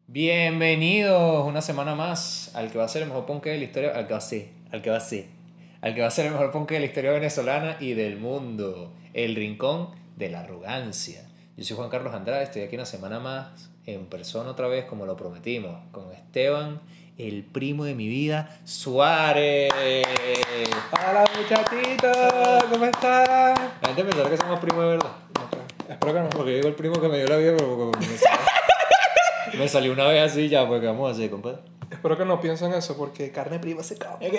Bienvenidos una semana más al que va a ser el mejor ponque de la historia, al que va a ser el mejor ponque de la historia venezolana y del mundo, el rincón de la arrogancia. Yo soy Juan Carlos Andrade, estoy aquí una semana más en persona otra vez como lo prometimos, con Esteban, el primo de mi vida, Suárez. Hola muchachitos, ¿cómo están? La gente pensará que somos primos de verdad. Espero que no. Porque yo digo el primo que me dio la vida, pero como me salió una vez así ya, pues ¿qué vamos a hacer, compadre? Espero que no piensen eso porque carne prima se come.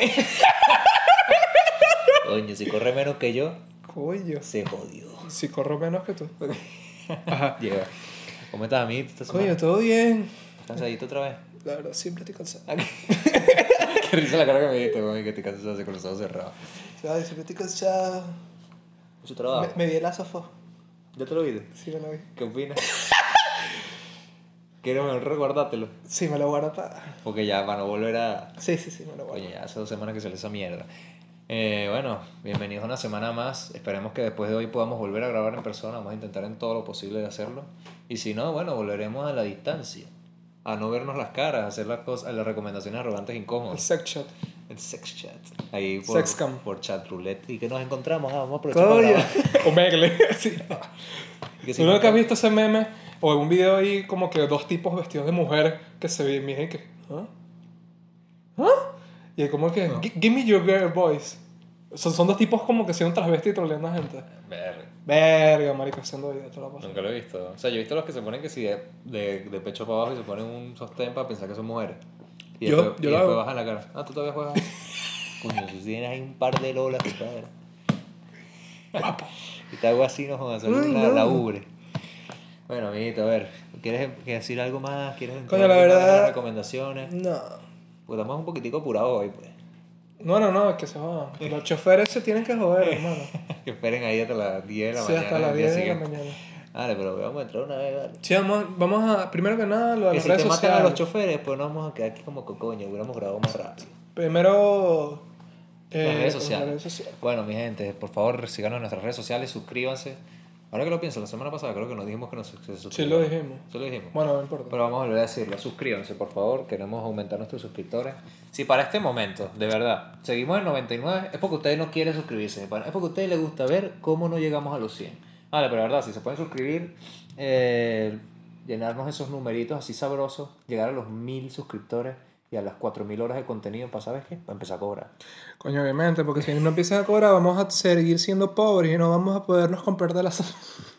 Coño, si corre menos que yo, Coño. se jodió. Si corro menos que tú. Ajá. Llega. ¿Cómo estás, amiguito, esta semana? Coño, todo bien. ¿Cansadito otra vez? La verdad, siempre estoy cansado. Qué risa la cara que me diste, mami, que estoy cansado así con los ojos cerrados. Ay, siempre estoy cansado. Mucho trabajo. Me vi el asofo. ¿Ya te lo viste? Sí, me lo vi. ¿Qué opinas? Quiero mejor recordártelo. Sí, me lo guardo para... Porque ya, para no volver a... Sí, me lo guardo. Oye, ya hace 2 semanas que salió esa mierda. Bueno, bienvenidos a una semana más. Esperemos que después de hoy podamos volver a grabar en persona. Vamos a intentar en todo lo posible de hacerlo. Y si no, bueno, volveremos a la distancia. A no vernos las caras, a hacer las cosas, las recomendaciones arrogantes e El incómodas. sex chat. El sex chat. Ahí Sexcam. por chat roulette. Y que nos encontramos. Vamos a aprovechar para Coño. grabar. Omegle. Sí. Y que ¿Tú si nunca has visto ese meme? O un video ahí como que dos tipos vestidos de mujer que se ven y que... ¿Ah? ¿Ah? Y como que... No. Give me your girl voice. Son dos tipos como que siendo transvesti y troleando a gente. Verga. Verga, marico, haciendo video, te lo paso. Nunca lo he visto. O sea, yo he visto los que se ponen que si de pecho para abajo y se ponen un sostén para pensar que son mujeres. Y Yo después, lo y después hago. bajan la cara. Ah, tú todavía juegas. Coño, si tienes ahí un par de lolas, compadre. Guapo. Y te hago así, no jodas, solo Uy, la no. ubre. Bueno, amiguito, a ver, ¿quieres decir algo más? ¿Quieres entrar Coño, la en verdad- las recomendaciones? No. Pues estamos un poquitico apurados hoy, pues. No, es que se jodan. Los choferes se tienen que joder, hermano. Que esperen ahí hasta las 10 de la Sí, mañana. hasta las del día 10 de la siguiente. mañana. Vale, pero vamos a entrar una vez, vale. Sí, vamos a... Primero que nada, lo de Que las si redes te matan a los sociales. choferes, pues no vamos a quedar aquí como coño, hubiéramos grabado más rápido. Primero... Las redes las sociales. redes sociales. Bueno, mi gente, por favor, síganos en nuestras redes sociales, suscríbanse. Ahora que lo pienso, la semana pasada creo que nos dijimos que nos se Sí, suscriban. lo dijimos. Sí lo dijimos. Bueno, no importa. Pero vamos a volver a decirlo, suscríbanse por favor, queremos aumentar nuestros suscriptores. Si para este momento, de verdad, seguimos en 99, es porque ustedes no quieren suscribirse, es porque a ustedes les gusta ver cómo no llegamos a los 100. Vale, pero de verdad, si se pueden suscribir, llenarnos esos numeritos así sabrosos, llegar a los 1000 suscriptores y a las 4000 horas de contenido, ¿para sabes qué? Para empezar a cobrar. Coño, obviamente, porque si no empiezan a cobrar, vamos a seguir siendo pobres y no vamos a podernos comprar de las...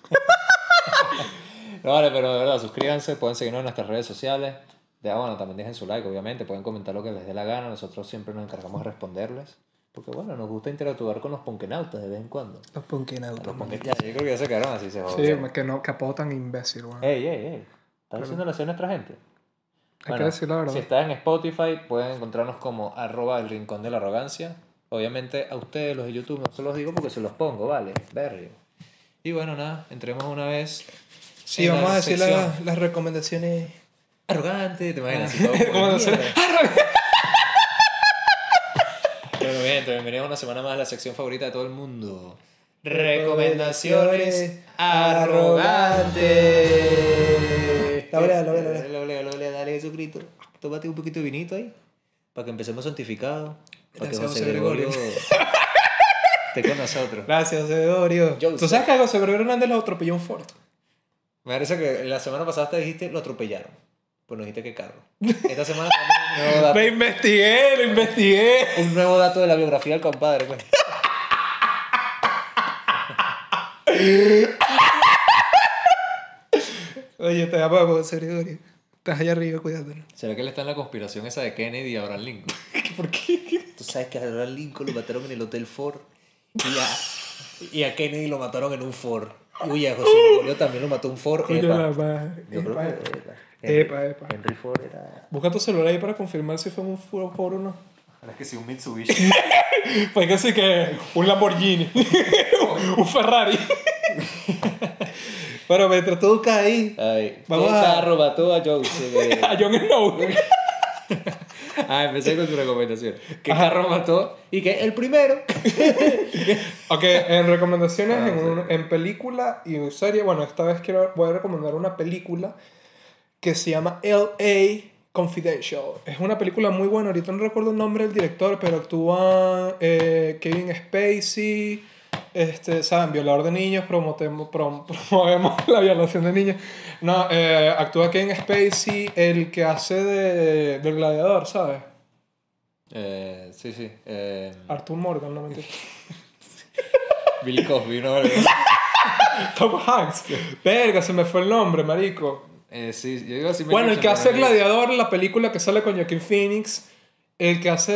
No, vale, pero de verdad, suscríbanse, pueden seguirnos en nuestras redes sociales. Bueno, también dejen su like, obviamente, pueden comentar lo que les dé la gana, nosotros siempre nos encargamos de responderles. Porque bueno, nos gusta interactuar con los ponquenautas de vez en cuando. Los punkinautas. Los ya, yo creo que ya se quedaron así, se Sí, jodieron. que apodo tan imbécil, weón. Ey. ¿Estás diciendo así a nuestra gente? Hay que decir la verdad. Si estás en Spotify, pueden encontrarnos como @el rincón de la arrogancia. Obviamente a ustedes, los de YouTube, no se los digo porque se los pongo, ¿vale? Berrio. Y bueno, nada, entremos una vez. Sí, en vamos la a decir sección las recomendaciones. arrogante, te imaginas así todo ¿Cómo por no sé? mierda. Bueno, bien, bienvenidos a una semana más a la sección favorita de todo el mundo. Recomendaciones arrogantes. La olea. La olea, dale Jesucristo. Tómate un poquito de vinito ahí, para que empecemos santificados. Para que Gracias, José José Gregorio Gregorio. esté con nosotros. Gracias, Gregorio. Yo ¿Tú sabes que a José Gregorio Hernández lo atropelló un Ford? Me parece que la semana pasada te dijiste lo atropellaron. Pues no dijiste qué carro. Esta semana tenemos un nuevo dato. Lo investigué. Un nuevo dato de la biografía del compadre, pues. Oye, te amo, José Gregorio. Estás allá arriba, cuídate. ¿Será que él está en la conspiración esa de Kennedy y Abraham Lincoln? ¿Por qué? Tú sabes que a Abraham Lincoln lo mataron en el Hotel Ford y a Kennedy lo mataron en un Ford. Y a José Gregorio también lo mató un Ford. Coño, Epa. la madre. Yo creo que Epa. Henry Ford era... Busca tu celular ahí para confirmar si fue un Ford o no. Es que sí, un Mitsubishi. Pues que sí que un Lamborghini. Un Ferrari. Pero mientras tú buscas ahí, Ay, Vamos ¿qué a- carro mató a Joseph? a Jon Snow. Empecé con tu recomendación. ¿Qué carro mató? Y que el primero. Ok, en recomendaciones, Ah, en película y serie, bueno, esta vez voy a recomendar una película que se llama L.A. Confidential. Es una película muy buena, ahorita no recuerdo el nombre del director, pero actúa Kevin Spacey, ¿saben? Violador de niños, promovemos la violación de niños. No, actúa Kevin Spacey, el que hace del gladiador, ¿sabes? Sí, sí. Arthur Morgan, no mentira. Bill Cosby, ¿no? Tom Hanks. Verga, se me fue el nombre, marico. Sí, yo digo así. Bueno, el que hace Gladiador en la película que sale con Joaquin Phoenix, el que hace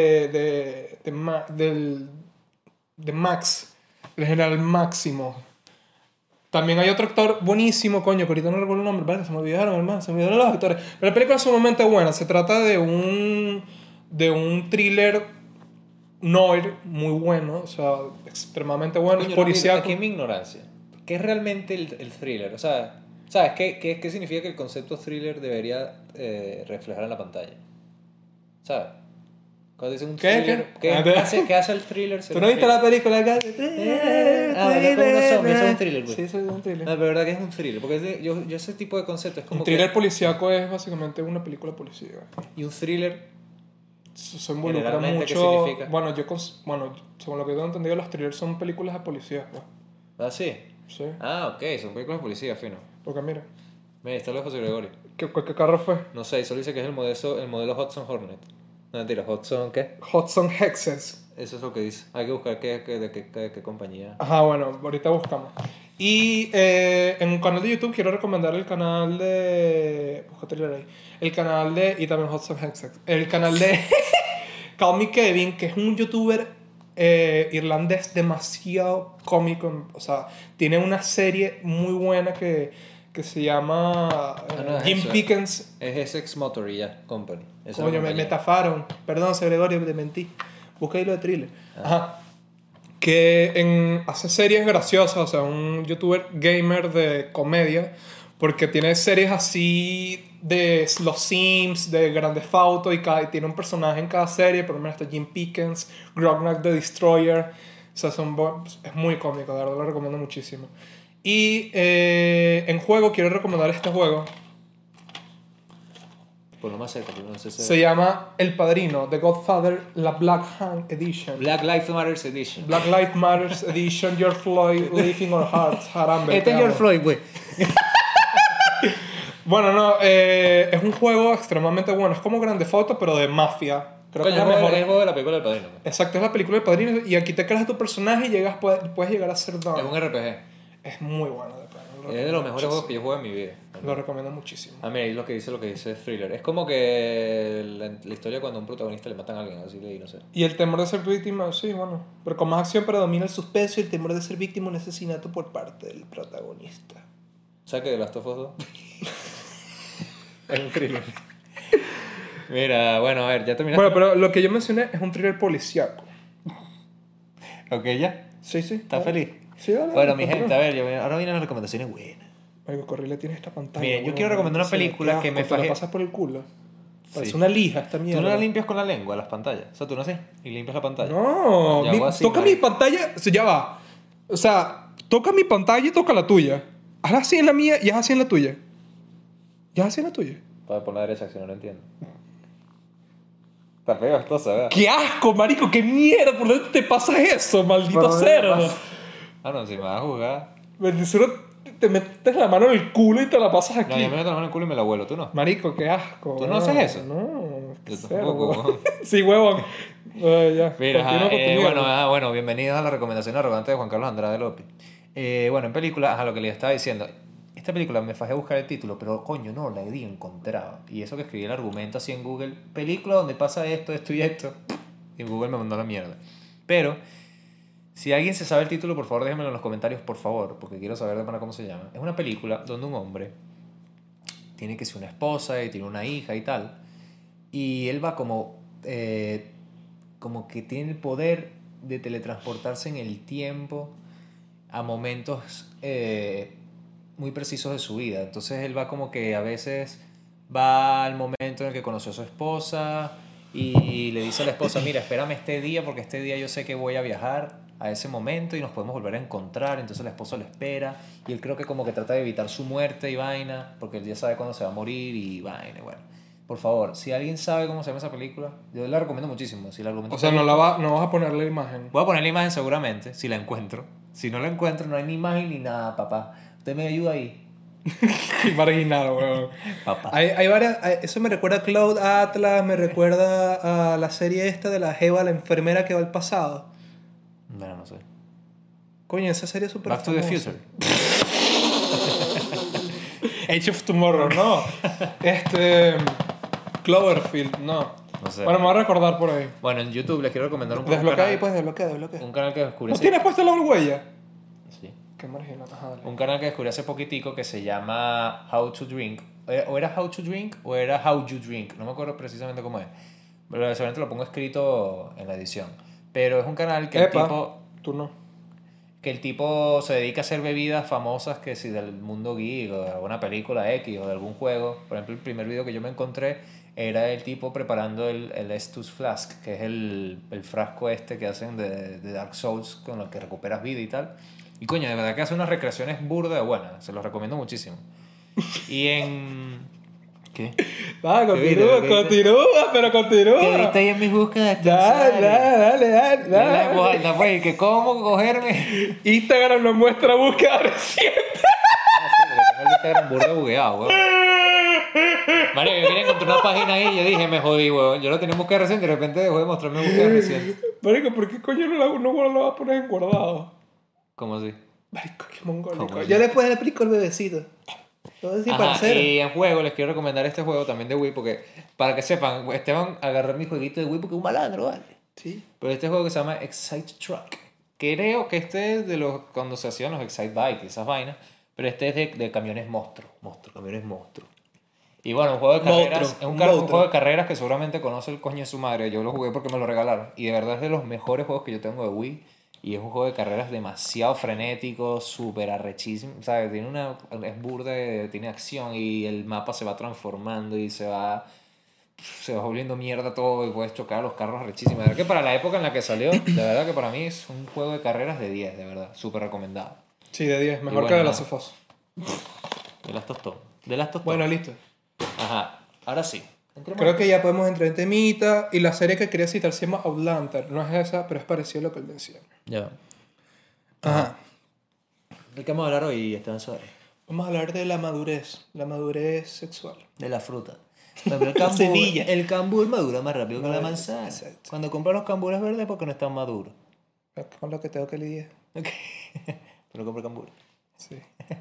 de Max, el general Máximo. También hay otro actor buenísimo, coño, que ahorita no recuerdo el nombre, vale, se me olvidaron, hermano, se me olvidaron los actores. Pero la película es sumamente buena, se trata de un thriller noir muy bueno, o sea, extremadamente bueno, Coño, policíaco. aquí en mi ignorancia. ¿Qué es realmente el thriller? O sea, ¿sabes qué significa que el concepto thriller debería reflejar en la pantalla? ¿Sabes? Cuando dicen un ¿Qué? thriller, ¿Qué? ¿qué hace el thriller? ¿Tú no viste la película acá? Hablar con unos zombies, eso es un thriller, güey. Sí, eso es un thriller. No, pero verdad que es un thriller, porque yo ese tipo de concepto es como Un thriller que... policíaco es básicamente una película policíaca. Y un thriller, Se involucra generalmente, ¿qué mucho. significa? Bueno, según lo que tengo entendido, los thrillers son películas de policías, pues. ¿ah, sí? Sí. Ah, ok, son películas de policía, fino. Porque mira, Mira, está lo de José Gregorio. ¿qué carro fue? No sé, solo dice que es el modelo Hudson Hornet. No, mentira, Hudson, ¿qué? Hudson Hexes. Eso es lo que dice. Hay que buscar de qué compañía. Ajá, bueno, ahorita buscamos. Y en un canal de YouTube quiero recomendar el canal de. Busca thriller ahí. El canal de. Y también Hudson Hexes. El canal de. Call Me Kevin, que es un youtuber irlandés demasiado cómico. O sea, tiene una serie muy buena que se llama no es Jim eso, Pickens. Es Essex Motor y ya, Company. Esa es la Coño, me compañía. estafaron. Perdón, Gregorio, te mentí. Busca ahí lo de thriller. Ajá. Que hace series graciosas, o sea, un youtuber gamer de comedia, porque tiene series así de los Sims, de Grand Theft Auto, y tiene un personaje en cada serie, por lo menos está Jim Pickens, Grognak the Destroyer, o sea, es muy cómico, de verdad lo recomiendo muchísimo. Y en juego quiero recomendar este juego. Por lo más cerca, pero no sé si... Se llama El Padrino, The Godfather, la Black Hand Edition. Black Lives Matter Edition. Black Lives Matter Edition, George Floyd, Living on Hearts, Harambe. Este es George Floyd, güey. Bueno, no, es un juego extremadamente bueno. Es como Grand Theft Auto, pero de mafia. Creo que es la mejor. Es el juego de la película del Padrino. Pues. Exacto, es la película del Padrino. Y aquí te creas tu personaje y puedes llegar a ser Don. Es un RPG. Es muy bueno, de plano. Es de los mejores juegos que yo juego en mi vida. Lo recomiendo muchísimo. Ah, mira, ahí lo que dice es thriller. Es como que la historia cuando a un protagonista le matan a alguien, así leí, no sé. Y el temor de ser víctima, sí, bueno. Pero con más acción predomina el suspenso y el temor de ser víctima de un asesinato por parte del protagonista. O sea que The Last of Us 2 es un thriller. Mira, bueno, a ver, ya terminaste. Bueno, pero lo que yo mencioné es un thriller policíaco. Ok, ya. Sí, sí. ¿Estás feliz? Sí, dale, Bueno, dale, mi gente, a ver, ahora vienen las recomendaciones buenas. Marico, Corrile tiene esta pantalla. Miren, yo weón, quiero recomendar una película que me ¿Te la faje- pasas por el culo? Parece Sí. una lija esta mierda. ¿Tú no la limpias con la lengua las pantallas? O sea, tú no sé, y limpias la pantalla. No, Yo hago así, toca marico. mi pantalla, o sea, ya va. O sea, toca mi pantalla y toca la tuya. Haz así en la mía y haz así en la tuya. Y haz así en la tuya. Por la derecha, si no lo entiendo. Está feo esto, ¿verdad? ¡Qué asco, marico! ¡Qué mierda! ¿Por dónde te pasa eso, maldito ¿Por dónde cerdo? me pasa? Ah, no, si me vas a jugar. Bendición, te metes la mano en el culo y te la pasas aquí. No, yo me meto la mano en el culo y me la vuelo, tú no. Marico, qué asco. ¿Tú no weón. haces eso? No, qué Yo cerdo. tampoco, weón. Sí, huevón. Ya. Mira, continúa con tu mierda. bueno, bienvenidos a la recomendación arrogante de Juan Carlos Andrade López. Bueno, en película, lo que les estaba diciendo. Esta película me fajé a buscar el título, pero coño, no la he encontrado. Y eso que escribí el argumento así en Google, película donde pasa esto, esto y esto. Y en Google me mandó la mierda. Pero, si alguien se sabe el título, por favor déjenmelo en los comentarios, por favor, porque quiero saber de manera cómo se llama. Es una película donde un hombre tiene que ser una esposa y tiene una hija y tal. Y él va como que tiene el poder de teletransportarse en el tiempo a momentos muy precisos de su vida. Entonces él va como que a veces va al momento en el que conoció a su esposa y le dice a la esposa, mira, espérame este día porque este día yo sé que voy a viajar a ese momento y nos podemos volver a encontrar. Entonces el esposo le espera y él creo que como que trata de evitar su muerte y vaina, porque él ya sabe cuándo se va a morir y vaina, y bueno. Por favor, si alguien sabe cómo se llama esa película, yo la recomiendo muchísimo. Si la argumento O sea, no vas a poner la imagen. voy a poner la imagen seguramente, si la encuentro. Si no la encuentro, no hay ni imagen ni nada, papá. Usted me ayuda ahí, Qué marginal, weón. papá. Hay varias. Eso me recuerda a Cloud Atlas, me recuerda a la serie esta de la Jeva, la enfermera que va al pasado. Bueno, no sé. Coño, esa serie es súper Back to the famosa. Future. Age of Tomorrow, no. Cloverfield, no. No sé. Bueno, me voy a recordar por ahí. Bueno, en YouTube les quiero recomendar un Desbloquea ahí, canal. pues, desbloquea. Un canal que descubrí ¿No hace... tienes puesta la huella? Sí. Qué marginal. Ajá, dale. Un canal que descubrí hace poquitico que se llama How to Drink. O era How to Drink o era How You Drink. No me acuerdo precisamente cómo es. Pero seguramente lo pongo escrito en la edición. Pero es un canal que Epa, el tipo... tú no. Que el tipo se dedica a hacer bebidas famosas que si del mundo geek o de alguna película X o de algún juego. Por ejemplo, el primer video que yo me encontré era el tipo preparando el Estus Flask, que es el frasco este que hacen de Dark Souls con el que recuperas vida y tal. Y coño, de verdad que hace unas recreaciones burda buenas, se los recomiendo muchísimo. Y en... ¿Qué? Va, ¿Qué viste? ¿Qué viste? pero continúa. ¿Qué viste ahí en mis búsquedas? Dale. En voz alta, pues, que cómo cogerme... Instagram nos muestra búsqueda reciente. Tengo el Instagram burda bugueado, weón. Mario, yo quería encontrar una página ahí y yo dije, me jodí, weón. Yo lo tenía en búsqueda reciente y de repente dejó de mostrarme búsqueda reciente. Marico, ¿por qué coño no la vas a poner en guardado? ¿Cómo así? Marico, qué mongólico. ¿Cómo? Yo después le explico al bebecito. Lo voy a decir Ajá, parcero. y en juego les quiero recomendar este juego también de Wii porque, para que sepan, Esteban agarró mi jueguito de Wii porque es un malandro, ¿vale? Sí. Pero este juego que se llama Excite Truck. Creo que este es de los cuando se hacían los Excite Bike y esas vainas, pero este es de camiones camiones monstruos. Y bueno, un juego de carreras, Monstruo, es un, un un monstruo. juego de carreras que seguramente conoce el coño de su madre. Yo lo jugué porque me lo regalaron. Y de verdad es de los mejores juegos que yo tengo de Wii. Y es un juego de carreras demasiado frenético, súper arrechísimo. ¿Sabes? Es burda, tiene acción y el mapa se va transformando y se va volviendo mierda todo y puedes chocar a los carros arrechísimos. De verdad que para la época en la que salió, de verdad que para mí es un juego de carreras de 10, de verdad. Súper recomendado. Sí, de 10. Mejor bueno, que de nada. las sofás. De las tostó. De las tostó. Bueno, listo. Ajá. Ahora sí. Entremos Creo que ya podemos entrar en temita. Y la serie que quería citar se llama Outlander. No es esa, pero es parecido a lo que él decía. Ya. Ajá. ¿De qué vamos a hablar hoy, Esteban Suárez? Vamos a hablar de la madurez sexual. De la fruta. Pero el cambur, Semilla. el cambur madura más rápido que la Madura, manzana. exacto. Cuando compras los cambures verdes es porque no están maduros. Es con lo que tengo que lidiar. Ok. Pero no compro cambur. Sí.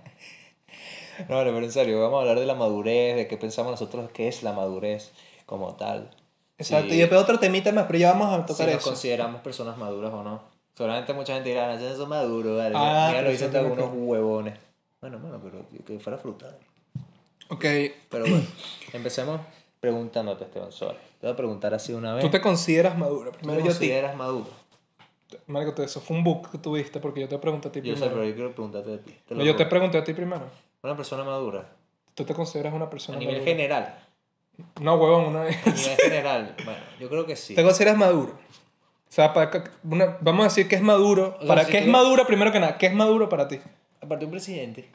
No, vale, pero en serio, vamos a hablar de la madurez, de qué pensamos nosotros que es la madurez como tal. Exacto. Si- Y después otro temita más, pero ya vamos a si tocar nos eso. consideramos personas maduras o no. Seguramente mucha gente dirá, no, esos son maduros, vale. Ah, Mira, lo pero dicen eso algunos tiene huevones. Bueno, pero que fuera fruta. Ok. Pero bueno, empecemos preguntándote, Esteban Suárez. Te voy a preguntar así una vez. ¿Tú te consideras maduro? ¿Tú Primero te yo a ti. consideras maduro? Marico, eso fue un bug que tuviste porque yo te pregunté a ti Yo sé, primero. pero yo quiero preguntarte a ti. Te lo No, yo te pregunto. pregunté a ti primero. Una persona madura. ¿Tú te consideras una A persona nivel madura? general. No, huevón, una vez. A nivel general. Bueno, yo creo que sí. ¿Te consideras maduro? O sea, vamos a decir que es maduro. O sea, ¿Para si qué tú- es maduro primero que nada? ¿Qué es maduro para ti? Aparte de un presidente.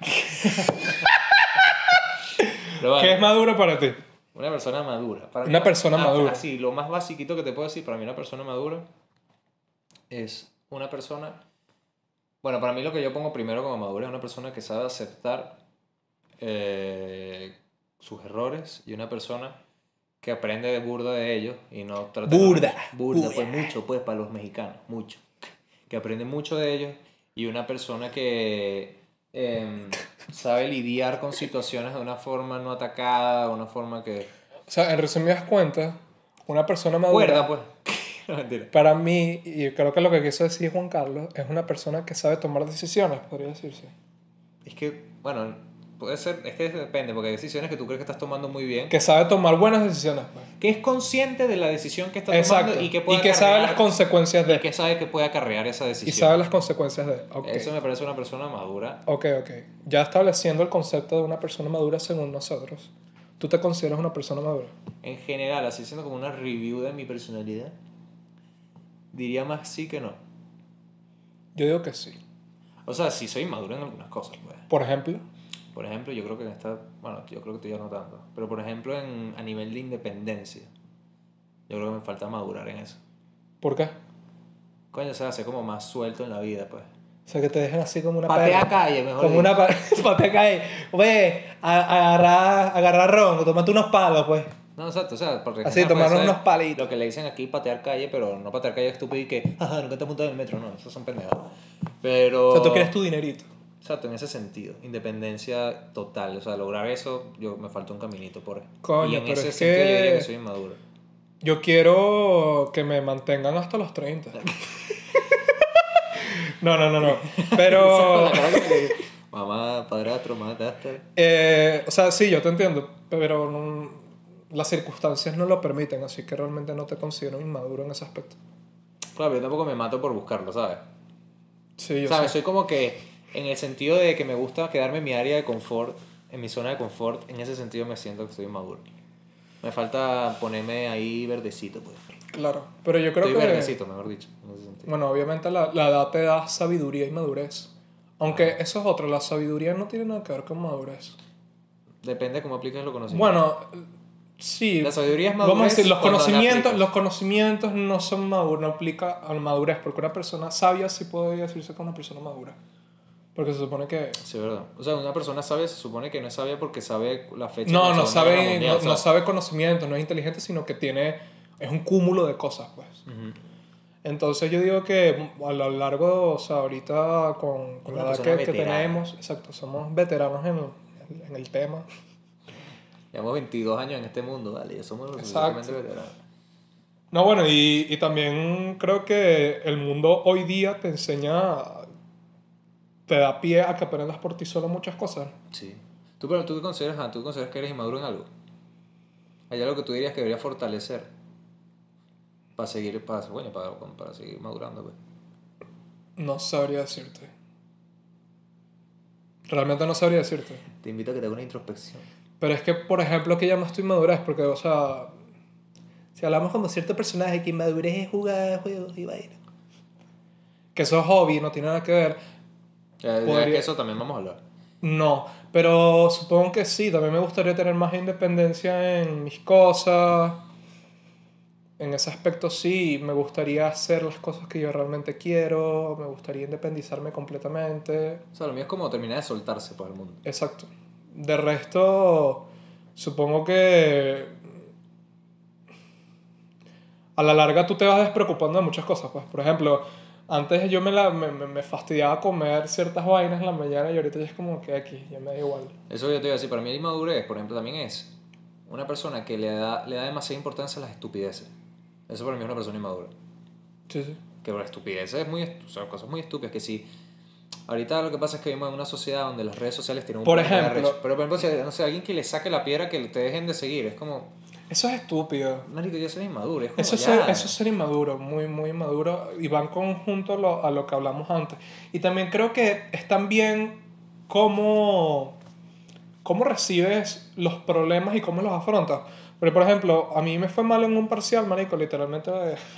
Pero bueno, ¿Qué es maduro para ti? una persona madura. Para Una mí, persona madura. Así, lo más basiquito que te puedo decir, para mí una persona madura es una persona... Bueno, para mí lo que yo pongo primero como madura es una persona que sabe aceptar sus errores y una persona que aprende de burda de ellos y no trata Burda. burda, pues mucho, pues para los mexicanos, mucho. Que aprende mucho de ellos y una persona que sabe lidiar con situaciones de una forma no atacada, de una forma que... O sea, en resumidas cuentas, una persona madura, Cuerda, pues. No, mentira. para mí, y creo que lo que quiso decir Juan Carlos, es una persona que sabe tomar decisiones, podría decirse. Es que, bueno, puede ser, es que depende, porque hay decisiones que tú crees que estás tomando muy bien, Que sabe tomar buenas decisiones, pues. que es consciente de la decisión que está Exacto. tomando y que puede que sabe acarrear- las consecuencias y de. que sabe que puede acarrear esa Y decisión. sabe las consecuencias de. Ok. Eso me parece una persona madura. Ok. Ya estableciendo el concepto de una persona madura según nosotros. ¿Tú te consideras una persona madura? En general, así siendo como una review de mi personalidad, diría más sí que no. Yo digo que sí. O sea, sí soy inmaduro en algunas cosas, pues. Por ejemplo, Por ejemplo, yo creo que en esta... Bueno, yo creo que tú ya no tanto. Pero por ejemplo, a nivel de independencia, yo creo que me falta madurar en eso. ¿por qué? Coño, o sea, ser como más suelto en la vida, pues. O sea, que te dejen así como una Patea perra. calle, mejor Como dicho. una patea calle. Ve, agarrar ron, tomate unos palos, pues. No, exacto, o sea, porque Así, tomarnos unos palitos. lo que le dicen aquí, patear calle, pero no patear calle estúpido y que, ajá, nunca te montas en el metro, no, esos son pendejadas. Pero... O sea, tú quieres tu dinerito. Exacto, en ese sentido, independencia total, o sea, lograr eso, yo me falta un caminito por ahí. Coño, y en pero ese es sentido yo diría que que soy inmaduro. yo quiero que me mantengan hasta los 30. No. Pero, Mamá, padrastro, mataste. o sea, sí, yo te entiendo, pero las circunstancias no lo permiten, así que realmente no te considero inmaduro en ese aspecto. Claro, yo tampoco me mato por buscarlo, ¿sabes? Sí, yo ¿Sabes? sé. Soy como que, en el sentido de que me gusta quedarme en mi área de confort, en mi zona de confort, en ese sentido me siento que estoy inmaduro. Me falta ponerme ahí verdecito, pues. Claro, pero yo creo Estoy que, verdecito, mejor dicho, en ese sentido. bueno, obviamente la edad te da sabiduría y madurez. Aunque eso es otro, la sabiduría no tiene nada que ver con madurez. Depende de cómo apliques los conocimientos. Bueno, sí. La sabiduría es Vamos a madurez decir, cuando la aplicas. los conocimientos no son maduros, no aplica a la madurez, porque una persona sabia sí puede decirse que es una persona madura. Porque se supone que... Sí, verdad. O sea, una persona sabia se supone que no es sabia porque sabe la fecha de No, la no Segunda Guerra sabe, Mundial, no ¿sabes? sabe conocimiento, no es inteligente, sino que es un cúmulo de cosas, pues. Ujú. Entonces yo digo que a lo largo, o sea, ahorita con la Una edad persona que veterana. tenemos, exacto, somos veteranos en el tema. Llevamos 22 años en este mundo, ¿vale? Ya somos lo Exacto. suficientemente veteranos. No, bueno, y también creo que el mundo hoy día te da pie a que aprendas por ti solo muchas cosas. Sí. Pero tú consideras que eres inmaduro en algo. Hay algo que tú dirías que deberías fortalecer para seguir, para seguir madurando, pues. No sabría decirte. Realmente no sabría decirte. Te invito a que te hagas una introspección. Pero es que, por ejemplo, que llamas tu inmadurez, porque, o sea, si hablamos como cierto personaje que inmadurez es jugar juegos y vaina. Que eso es hobby, no tiene nada que ver. Ya Podría- que eso también vamos a hablar. No, pero supongo que sí, también me gustaría tener más independencia en mis cosas. En ese aspecto sí, me gustaría hacer las cosas que yo realmente quiero, me gustaría independizarme completamente. O sea, lo mío es como terminar de soltarse por el mundo. Exacto. De resto, supongo que a la larga tú te vas despreocupando de muchas cosas. Pues, por ejemplo, antes yo me fastidiaba comer ciertas vainas en la mañana y ahorita ya es como que aquí, ya me da igual. Eso yo te iba a decir, para mí la inmadurez, por ejemplo, también es una persona que le da demasiada importancia a las estupideces. Eso para mí es una persona inmadura. Sí, sí. Que por estupideces es o sea, cosas muy estúpidas que sí. Ahorita lo que pasa es que vivimos en una sociedad donde las redes sociales tienen un Por poco de ejemplo- arrecho. Pero por ejemplo, si, no sé, alguien que le saque la piedra que te dejen de seguir, es como, Eso es estúpido. marico, ya soy inmaduro. Es como, Eso ya. es ser inmaduro, muy, muy inmaduro, y va en conjunto a lo que hablamos antes. Y también creo que es también cómo recibes los problemas y cómo los afrontas. Pero, por ejemplo, a mí me fue mal en un parcial, marico, literalmente.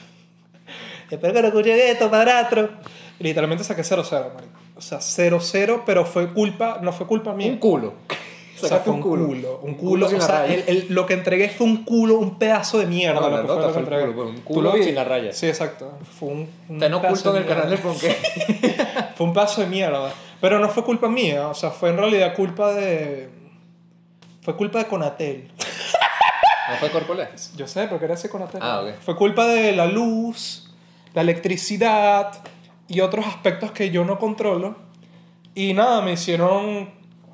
Espero que no escuchen esto, padrastro. Y literalmente saqué 0-0, marico. O sea, 0-0, pero no fue culpa mía. Un culo. O sea, fue un culo. Un culo. sin O la sea, raya. lo que entregué fue un culo, un pedazo de mierda. No, lo la que nota lo que fue el entregué. culo, pues, un ¿Tú culo lo viste? sin la raya. Sí, exacto. Fue un Está en pedazo oculto en de el canal del mierda. Ponqué. Fue un pedazo de mierda. Pero no fue culpa mía. O sea, fue en realidad culpa de... Fue culpa de Conatel. ¿No fue Corpolé? Yo sé, porque era ese Conatel. Ah, ok. Fue culpa de la luz, la electricidad y otros aspectos que yo no controlo. Y nada, me hicieron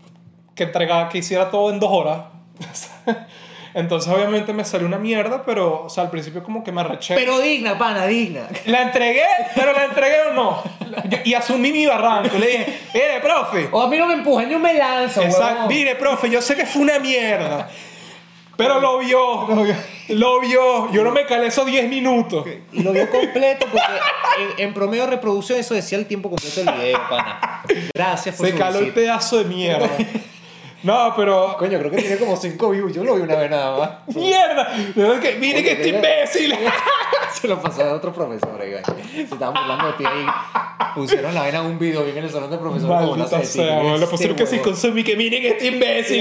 que hiciera todo en 2 horas. Entonces obviamente me salió una mierda, pero o sea, al principio como que me arreché. Pero digna, pana, digna. La entregué, pero la entregué o no. Y asumí mi barranco. Le dije, profe. O a mí no me empujan, yo me lanzo, Exacto. huevón. Mire, profe, yo sé que fue una mierda. Pero lo vio. Yo no me calé esos 10 minutos. Y lo vio completo porque en promedio de reproducción eso decía el tiempo completo del video, pana. Gracias por Se su caló el visita. pedazo de mierda. No, pero... Coño, creo que tiene como 5 views. Yo lo vi una vez nada más. ¡Mierda! De verdad que, mire Oye, que este ¿verdad? imbécil. Se lo pasó a otro profesor, Iván. Se estaban burlando de ti ahí. Pusieron la vaina en un video bien en el salón de profesores. Maldita sea, weón. Lo pusieron que sí consumí, que miren este imbécil.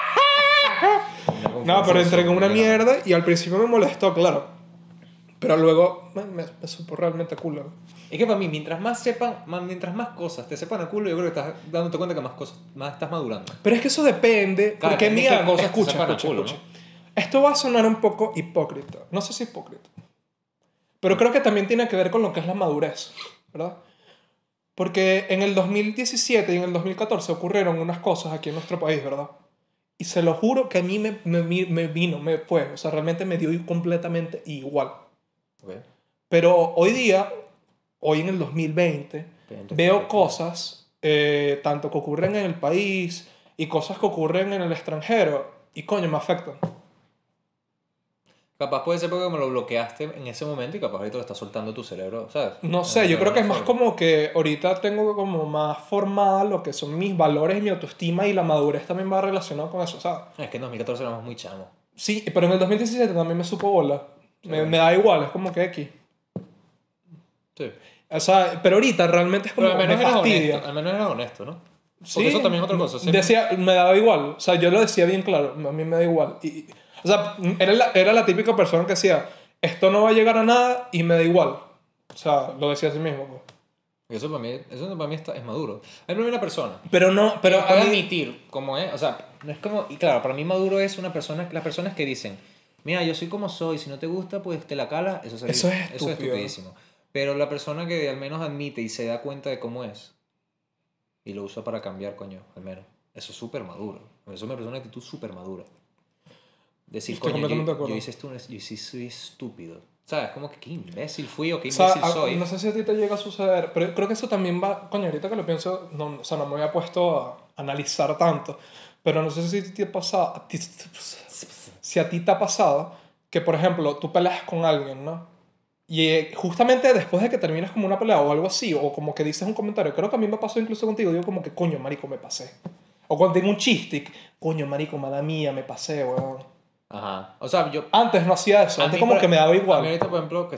No, pero entregué una mierda y al principio me molestó, claro. Pero luego me supo realmente culo. Es que para mí, mientras más cosas te sepan a culo, yo creo que estás dándote cuenta que más estás madurando. Pero es que eso depende. Claro, porque depende de mira, qué cosas te escucha, sepan a escucha, culo, escucha. Esto va a sonar un poco hipócrita. No sé si hipócrita. Pero creo que también tiene que ver con lo que es la madurez, ¿verdad? Porque en el 2017 y en el 2014 ocurrieron unas cosas aquí en nuestro país, ¿verdad? Y se lo juro que a mí me fue. O sea, realmente me dio completamente igual. Okay. Pero hoy día, hoy en el 2020, veo cosas, tanto que ocurren en el país y cosas que ocurren en el extranjero, y coño, me afectan. Capaz puede ser porque me lo bloqueaste en ese momento y capaz ahorita lo está soltando tu cerebro, ¿sabes? No sé, yo creo que es más como que ahorita tengo como más formada lo que son mis valores y mi autoestima, y la madurez también va relacionado con eso, ¿sabes? Es que en 2014 éramos muy chamos. Sí, pero en el 2017 también me supo bola. Me da igual, es como que X. Sí. O sea, pero ahorita realmente es como Pero al menos me fastidia. honesto, al menos eras honesto, ¿no? Porque Sí, eso también es otra cosa. decía, me daba igual. O sea, yo lo decía bien claro, a mí me da igual. O sea, era la típica persona que decía, esto no va a llegar a nada y me da igual. O sea, lo decía así mismo. Pues. Eso para mí es maduro. A mí una persona. Pero no, pero a admitir cómo es, o sea, no es como, y claro, para mí maduro es una persona, las personas que dicen, mira, yo soy como soy, si no te gusta, pues te la calas, eso es estupidísimo. Pero la persona que al menos admite y se da cuenta de cómo es y lo usa para cambiar, coño, al menos, eso es súper maduro. Eso es una persona de actitud súper madura. Decir, coño, yo hice esto, yo sí soy estúpido. ¿Sabes? Como que qué imbécil fui o qué imbécil soy. No sé si a ti te llega a suceder, pero creo que eso también va... Coño, ahorita que lo pienso, no, o sea, no me había puesto a analizar tanto, pero no sé si te ha pasado... Si a ti te ha pasado que, por ejemplo, tú peleas con alguien, ¿no? Y justamente después de que terminas como una pelea o algo así, o como que dices un comentario, creo que a mí me pasó incluso contigo, digo como que, coño, marico, me pasé. O cuando tengo un chiste, coño, marico, mala mía, me pasé, weón. Ajá. O sea, yo... Antes no hacía eso, antes como que me daba igual. A mí ahorita, por ejemplo,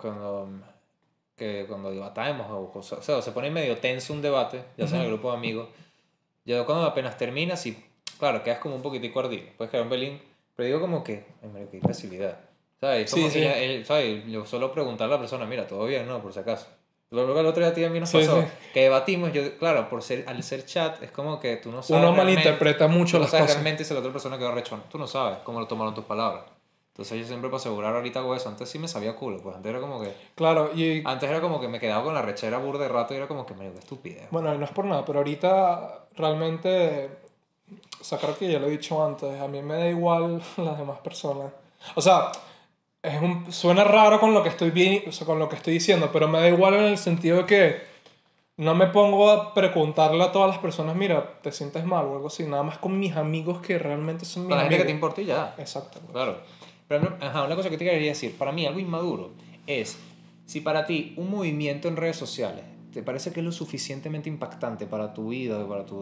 cuando debatamos o cosas, o sea, se pone medio tenso un debate, ya sea en el grupo de amigos, yo cuando apenas terminas y, claro, quedas como un poquitico ardido, puedes quedar un pelín, pero digo como que, ay, marico, qué imbecilidad. ¿Sabes? Como Sí, ¿sabes? Yo suelo preguntarle a la persona, mira, todo bien, ¿no? Por si acaso. Luego el otro día a mí nos pasó que debatimos, yo, claro, al ser chat, es como que tú no sabes. Uno malinterpreta mucho las cosas. Realmente si la otra persona quedó rechón. Tú no sabes cómo lo tomaron tus palabras. Entonces yo siempre para asegurar ahorita hago eso. Antes sí me sabía culo, pues antes era como que... Claro, y... Antes era como que me quedaba con la rechera burda de rato y era como que me dio estupidez. Bueno, no es por nada, pero ahorita realmente... O sea, creo que ya lo he dicho antes, a mí me da igual las demás personas. O sea... suena raro con lo que o sea, con lo que estoy diciendo, pero me da igual en el sentido de que no me pongo a preguntarle a todas las personas, mira, ¿te sientes mal o algo así? Nada más con mis amigos que realmente son mis amigos. Con la gente que te amigos. importa y ya. Exacto. Claro. Pero una cosa que te quería decir, para mí algo inmaduro es si para ti un movimiento en redes sociales te parece que es lo suficientemente impactante para tu vida,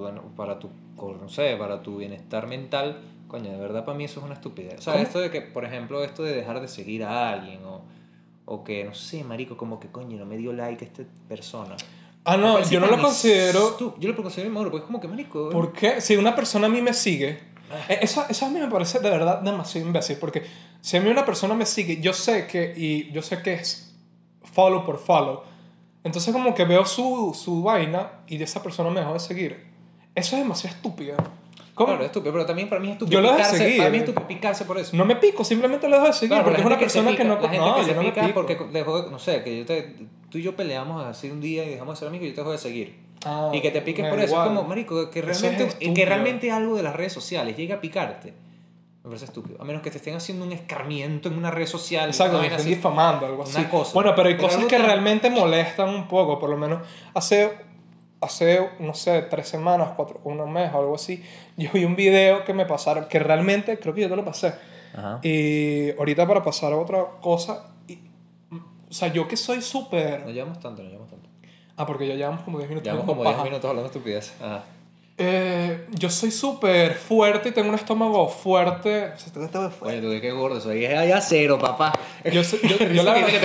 no sé, para tu bienestar mental, coño, de verdad para mí eso es una estupidez. O sea, esto de que, por ejemplo, esto de dejar de seguir a alguien o que, no sé, marico, como que, coño, no me dio like esta persona. Ah, no, yo no lo considero... Yo lo considero inmaduro, porque es como que, marico... ¿Por qué? Si una persona a mí me sigue... Eso a mí me parece de verdad demasiado imbécil, porque si a mí una persona me sigue, yo sé que es follow por follow. Entonces como que veo su vaina y de esa persona me dejó de seguir. Eso es demasiado estúpido. ¿Cómo? Claro, es estúpido, pero también para mí es estúpido. Yo lo dejo de seguir. Para mí es estúpido picarse por eso. No me pico, simplemente lo dejo de seguir, claro, porque es una persona que no... La gente no, que se yo no pica me pico. porque dejó, no sé, que tú y yo peleamos así un día y dejamos de ser amigos y yo te dejo de seguir. Y que te piques por eso. Es como, marico, que realmente algo de las redes sociales llegue a picarte. Me parece estúpido. A menos que te estén haciendo un escarmiento en una red social. Exacto, que estén difamando, algo así. Cosa. Bueno, pero hay cosas que realmente molestan un poco. Por lo menos hace no sé, 3 semanas, 4, un mes o algo así, yo vi un video que me pasaron, que realmente creo que yo te lo pasé. Ajá. Y ahorita para pasar a otra cosa, o sea, yo que soy súper... No llevamos tanto. Ah, porque ya llevamos como 10 minutos. Llevamos como 10 minutos hablando de estupidez. Ajá. Yo soy súper fuerte y tengo un estómago fuerte. O sea, tengo un estómago Oye, fuerte. tú qué gordo, soy allá cero, papá. Yo la verdad,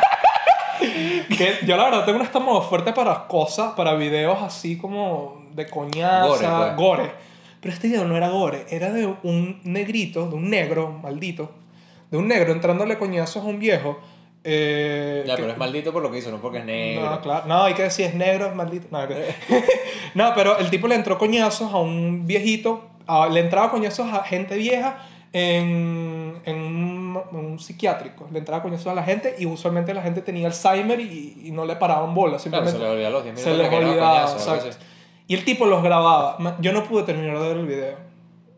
yo la verdad tengo un estómago fuerte para cosas, para videos así como de Gore, coñaza, pues. gore. Pero este video no era gore, era de un negrito, de un negro, maldito, de un negro entrándole coñazos a un viejo. Ya, pero es Que, maldito por lo que hizo, no porque es no, negro. claro, no, hay que decir es negro, es maldito. No, no, pero el tipo le entró coñazos a un viejito, le entraba coñazos a gente vieja en un psiquiátrico. Le entraba coñazos a la gente y usualmente la gente tenía Alzheimer y no le paraban bola, Claro, se simplemente le olvidó a los 10 se minutos les que era olvidaba, coñazo, algo así. exacto. Y el tipo los grababa. Yo no pude terminar de ver el video.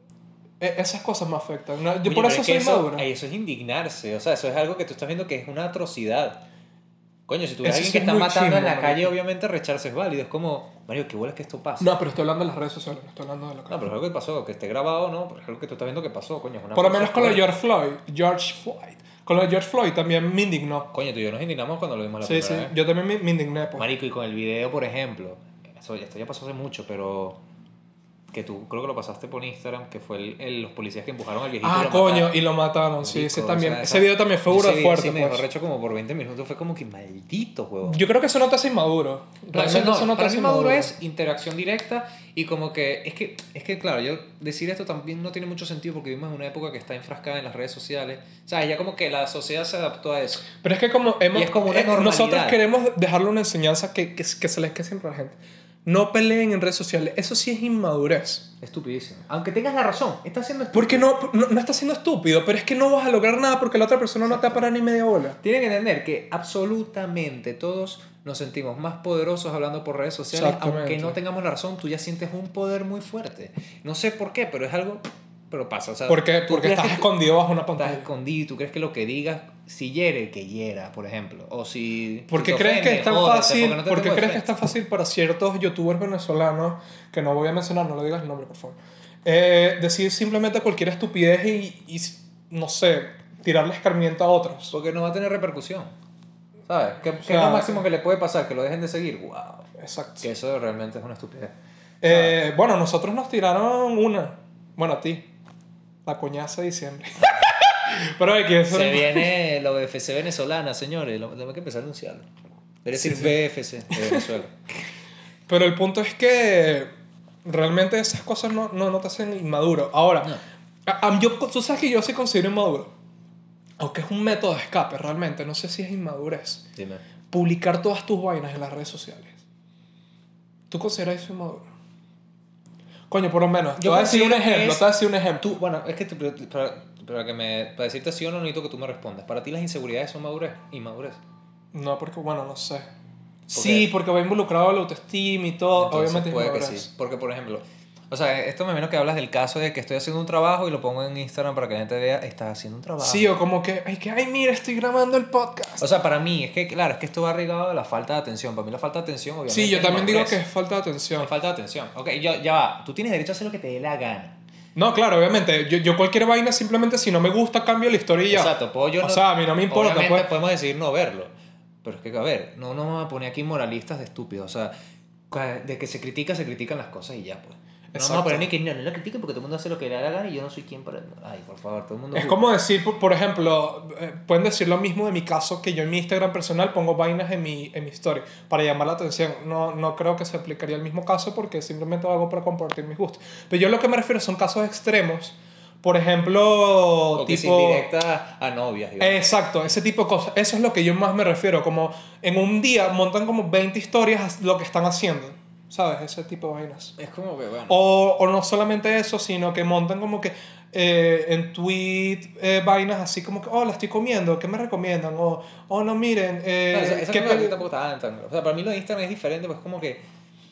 Esas cosas me afectan. Yo Oye, por pero eso es que soy eso, madura. eso es indignarse, o sea, eso es algo que tú estás viendo que es una atrocidad. Coño, si tú ves a Eso alguien sí que es está muy matando en chimbo, la calle, marico. obviamente recharse es válido. Es como, Mario, qué bola que esto pase. No, pero estoy hablando de las redes sociales, no estoy hablando de lo que... No, pero es algo que pasó, que esté grabado, ¿no? Pero es algo que tú estás viendo que pasó, coño, es una Por lo cosa menos con lo de fuerte. George Floyd. George Floyd. Con lo de George Floyd también me indignó. Coño, tú y yo nos indignamos cuando lo vimos la Sí, primera sí, vez. yo también me indigné, pues. Marico, y con el video, por ejemplo, esto ya pasó hace mucho, pero que tú creo que lo pasaste por Instagram, que fue los policías que empujaron al viejito y Ah, lo coño, mataron. y lo mataron, sí, Marico, ese o también. sea, Ese video también fue burda ese video fuerte, sí me dejó pues. recho como por 20 minutos, fue como que maldito, huevón. Yo creo que eso no te hace inmaduro. No, Realmente eso no te para mí hace maduro inmaduro. es interacción directa y como que es que claro, yo decir esto también no tiene mucho sentido porque vivimos en una época que está enfrascada en las redes sociales. ¿Sabes? Ya como que la sociedad se adaptó a eso. Pero es que como hemos... Y es como una normalidad. nosotros queremos dejarle una enseñanza que se les quede siempre a la gente. No peleen en redes sociales. Eso sí es inmadurez. Estupidísimo. Aunque tengas la razón, estás siendo estúpido. Porque no estás siendo estúpido, pero es que no vas a lograr nada porque la otra persona no te va a parar ni media bola. Tienen que entender que absolutamente todos nos sentimos más poderosos hablando por redes sociales. Exactamente. Aunque no tengamos la razón, tú ya sientes un poder muy fuerte. No sé por qué, pero es algo... Pero pasa, o sea... ¿Por qué? tú Porque crees estás que escondido bajo una estás pantalla. escondido y tú crees que lo que digas, si hiere, que hiera, por ejemplo. O si... ¿Por qué te crees que ofende, es tan jódete, fácil? porque no te ¿Por qué tengo crees que de es tan frente. fácil para ciertos youtubers venezolanos, que no voy a mencionar, no le digas el nombre, por favor, decir simplemente cualquier estupidez y no sé, tirarle escarmiento a otros? Porque no va a tener repercusión. ¿Sabes? ¿Qué es sea, lo máximo que le puede pasar? Que lo dejen de seguir. ¡Wow! Exacto. Que eso realmente es una estupidez. Bueno, nosotros nos tiraron una. Bueno, a ti. La coñaza de diciembre. Pero hay que eso. Se viene la BFC venezolana, señores. Tenemos que empezar a anunciarlo. Debe decir Sí. BFC de Venezuela. Pero el punto es que realmente esas cosas no te hacen inmaduro. Ahora, No. tú sabes que yo sí considero inmaduro. Aunque es un método de escape, realmente. No sé si es inmadurez. Dime. Publicar todas tus vainas en las redes sociales. ¿Tú consideras eso inmaduro? Coño, por lo menos. Te Yo voy a decir un considero que ejemplo. es- Te voy a decir un ejemplo. Tú, bueno, es que para decirte sí o no necesito que tú me respondas. Para ti las inseguridades son madurez, inmadurez. No, porque, bueno, no sé. Sí, porque va involucrado la autoestima y todo. Entonces, Obviamente es puede que inmadurez. sí. Porque, por ejemplo, o sea, esto me menos que hablas del caso de que estoy haciendo un trabajo y lo pongo en Instagram para que la gente vea, estás haciendo un trabajo. Sí, o como que, ay, mira, estoy grabando el podcast. O sea, para mí, es que, claro, es que esto va ligado a la falta de atención. Para mí la falta de atención, obviamente. Sí, yo es también digo inmadurez. que es falta de atención. Es falta de atención. Ok, ya va. Tú tienes derecho a hacer lo que te dé la gana. No, claro, obviamente. Yo cualquier vaina simplemente si no me gusta cambio la historia y ya. Exacto, puedo yo O sea, a mí no me importa. Obviamente Pues. podemos decidir no verlo. Pero es que, a ver, no nos vamos a poner aquí moralistas de estúpidos. O sea, de que se critican las cosas y ya, pues. No vamos a Exacto. poner ni que no la critiquen porque todo el mundo hace lo que le da la gana y yo no soy quien para... Ay, por favor, todo el mundo... Es como decir, por ejemplo, pueden decir lo mismo de mi caso, que yo en mi Instagram personal pongo vainas en mi historia para llamar la atención. No creo que se aplicaría el mismo caso porque simplemente lo hago para compartir mis gustos. Pero yo lo que me refiero son casos extremos. Por ejemplo, O que tipo... sin directa a novias, digamos. Exacto, ese tipo de cosas. Eso es lo que yo más me refiero. Como en un día montan como 20 historias lo que están haciendo. ¿Sabes? Ese tipo de vainas. Es como que, bueno... O no solamente eso, sino que montan como que en tweet vainas así como que, oh, la estoy comiendo, ¿qué me recomiendan? O, oh, no, miren, No, esa ¿qué cosa peli-?" tampoco está tan... O sea, para mí lo de Instagram es diferente, pues como que...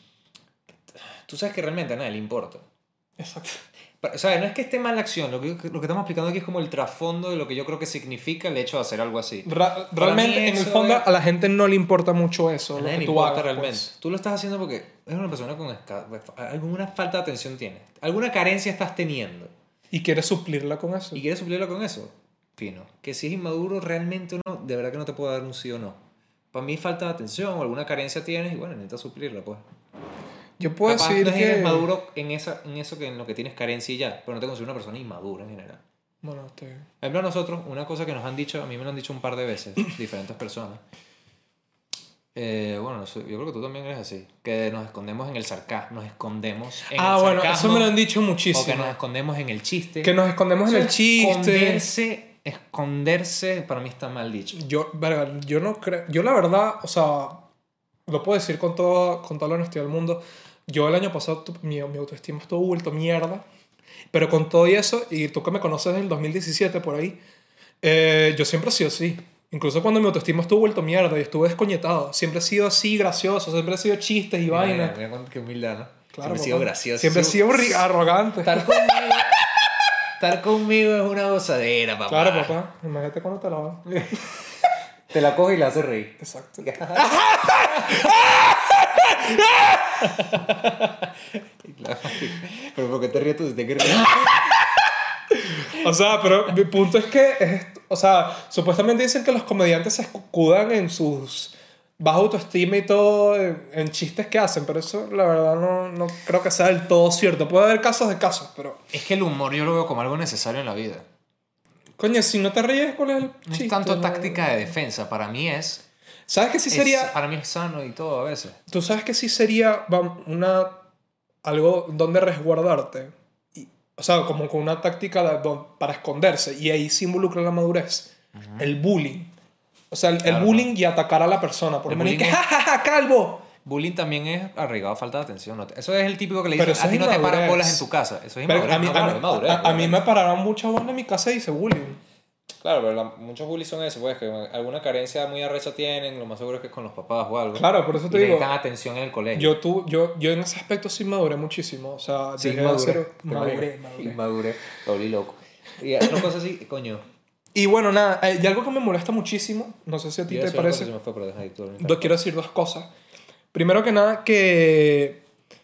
Tú sabes que realmente a nadie le importa. Exacto. O sea, no es que esté mal la acción, lo que estamos explicando aquí es como el trasfondo de lo que yo creo que significa el hecho de hacer algo así. Realmente, mí en el eso fondo, es- a la gente no le importa mucho eso, A lo nadie que le tú importa hagas, realmente. pues. Tú lo estás haciendo porque eres una persona con alguna falta de atención tienes. Alguna carencia estás teniendo. Y quieres suplirla con eso. Y quieres suplirlo con eso. Fino. Que si es inmaduro realmente o no, de verdad que no te puedo dar un sí o no. Para mí falta de atención o alguna carencia tienes y bueno, necesitas suplirla pues. Yo puedo Capaz decir no que... eres maduro en eso en lo que tienes carencia y ya, pero no te considero una persona inmadura en general. Bueno, estoy... Por ejemplo, a nosotros, una cosa que nos han dicho, a mí me lo han dicho un par de veces, diferentes personas. Bueno, yo creo que tú también eres así. Que nos escondemos en el sarcasmo, nos escondemos en el bueno, sarcasmo. eso me lo han dicho O que muchísimo. nos escondemos en el chiste. Que nos escondemos en Eso el chiste. Esconderse, para mí está mal dicho. Verga, yo no creo... Yo la verdad, o sea, lo puedo decir con toda la honestidad del mundo. Yo el año pasado, mi autoestima estuvo vuelto mierda. Pero con todo y eso, y tú que me conoces desde el 2017 por ahí, yo siempre he sido así. Incluso cuando mi autoestima estuvo vuelto mierda y estuve descoñetado. Siempre he sido así, gracioso. Siempre he sido chistes y vainas. Mira qué humildad, ¿no? Claro, siempre he sido papá. gracioso. Siempre he sido arrogante. Estar conmigo es una gozadera, papá. Claro, papá. Imagínate cuando te la vas. Te la coges y la haces reír. Exacto. Claro. Pero ¿por qué te ríes tú? Si te quieres reír. O sea, pero mi punto es que, o sea, supuestamente dicen que los comediantes se escudan en sus baja autoestima y todo, en chistes que hacen, pero eso la verdad no creo que sea del todo cierto. Puede haber casos de casos, pero... Es que el humor yo lo veo como algo necesario en la vida. Coño, si no te ríes, ¿cuál es el No chiste? es tanto No. táctica de defensa, para mí es... ¿Sabes que sí sería...? Para mí es sano y todo a veces. ¿Tú sabes que sí sería algo donde resguardarte? O sea, como con una táctica para esconderse. Y ahí se involucra la madurez. El bullying. O sea, el Claro, bullying ¿no? y atacar a la persona. Por El lo menos que, bullying es- ¡ja, ja, ja, calvo! Bullying también es arraigado a falta de atención. Eso es el típico que le Pero dicen, eso a ti es no te paran inmadurez. bolas en tu casa. Eso es Pero inmadurez. a mí, No, claro, es madurez, a mí obviamente. me pararon mucha bola en mi casa y hice bullying. Claro, pero muchos bullies son eso, pues, que alguna carencia muy arrecha tienen, lo más seguro es que es con los papás o algo. Claro, por eso te y digo. necesitan atención en el colegio. Yo en ese aspecto sí maduré muchísimo. O sea, Sí, llegué a ser... Maduré. Inmadurez. Doble loco. Y otra cosa así, coño. Y bueno, nada, y algo que me molesta muchísimo, no sé si a ti Iba a te decir una cosa parece... que se me fue, pero deja ahí tú. Quiero decir dos cosas. Primero que nada, que...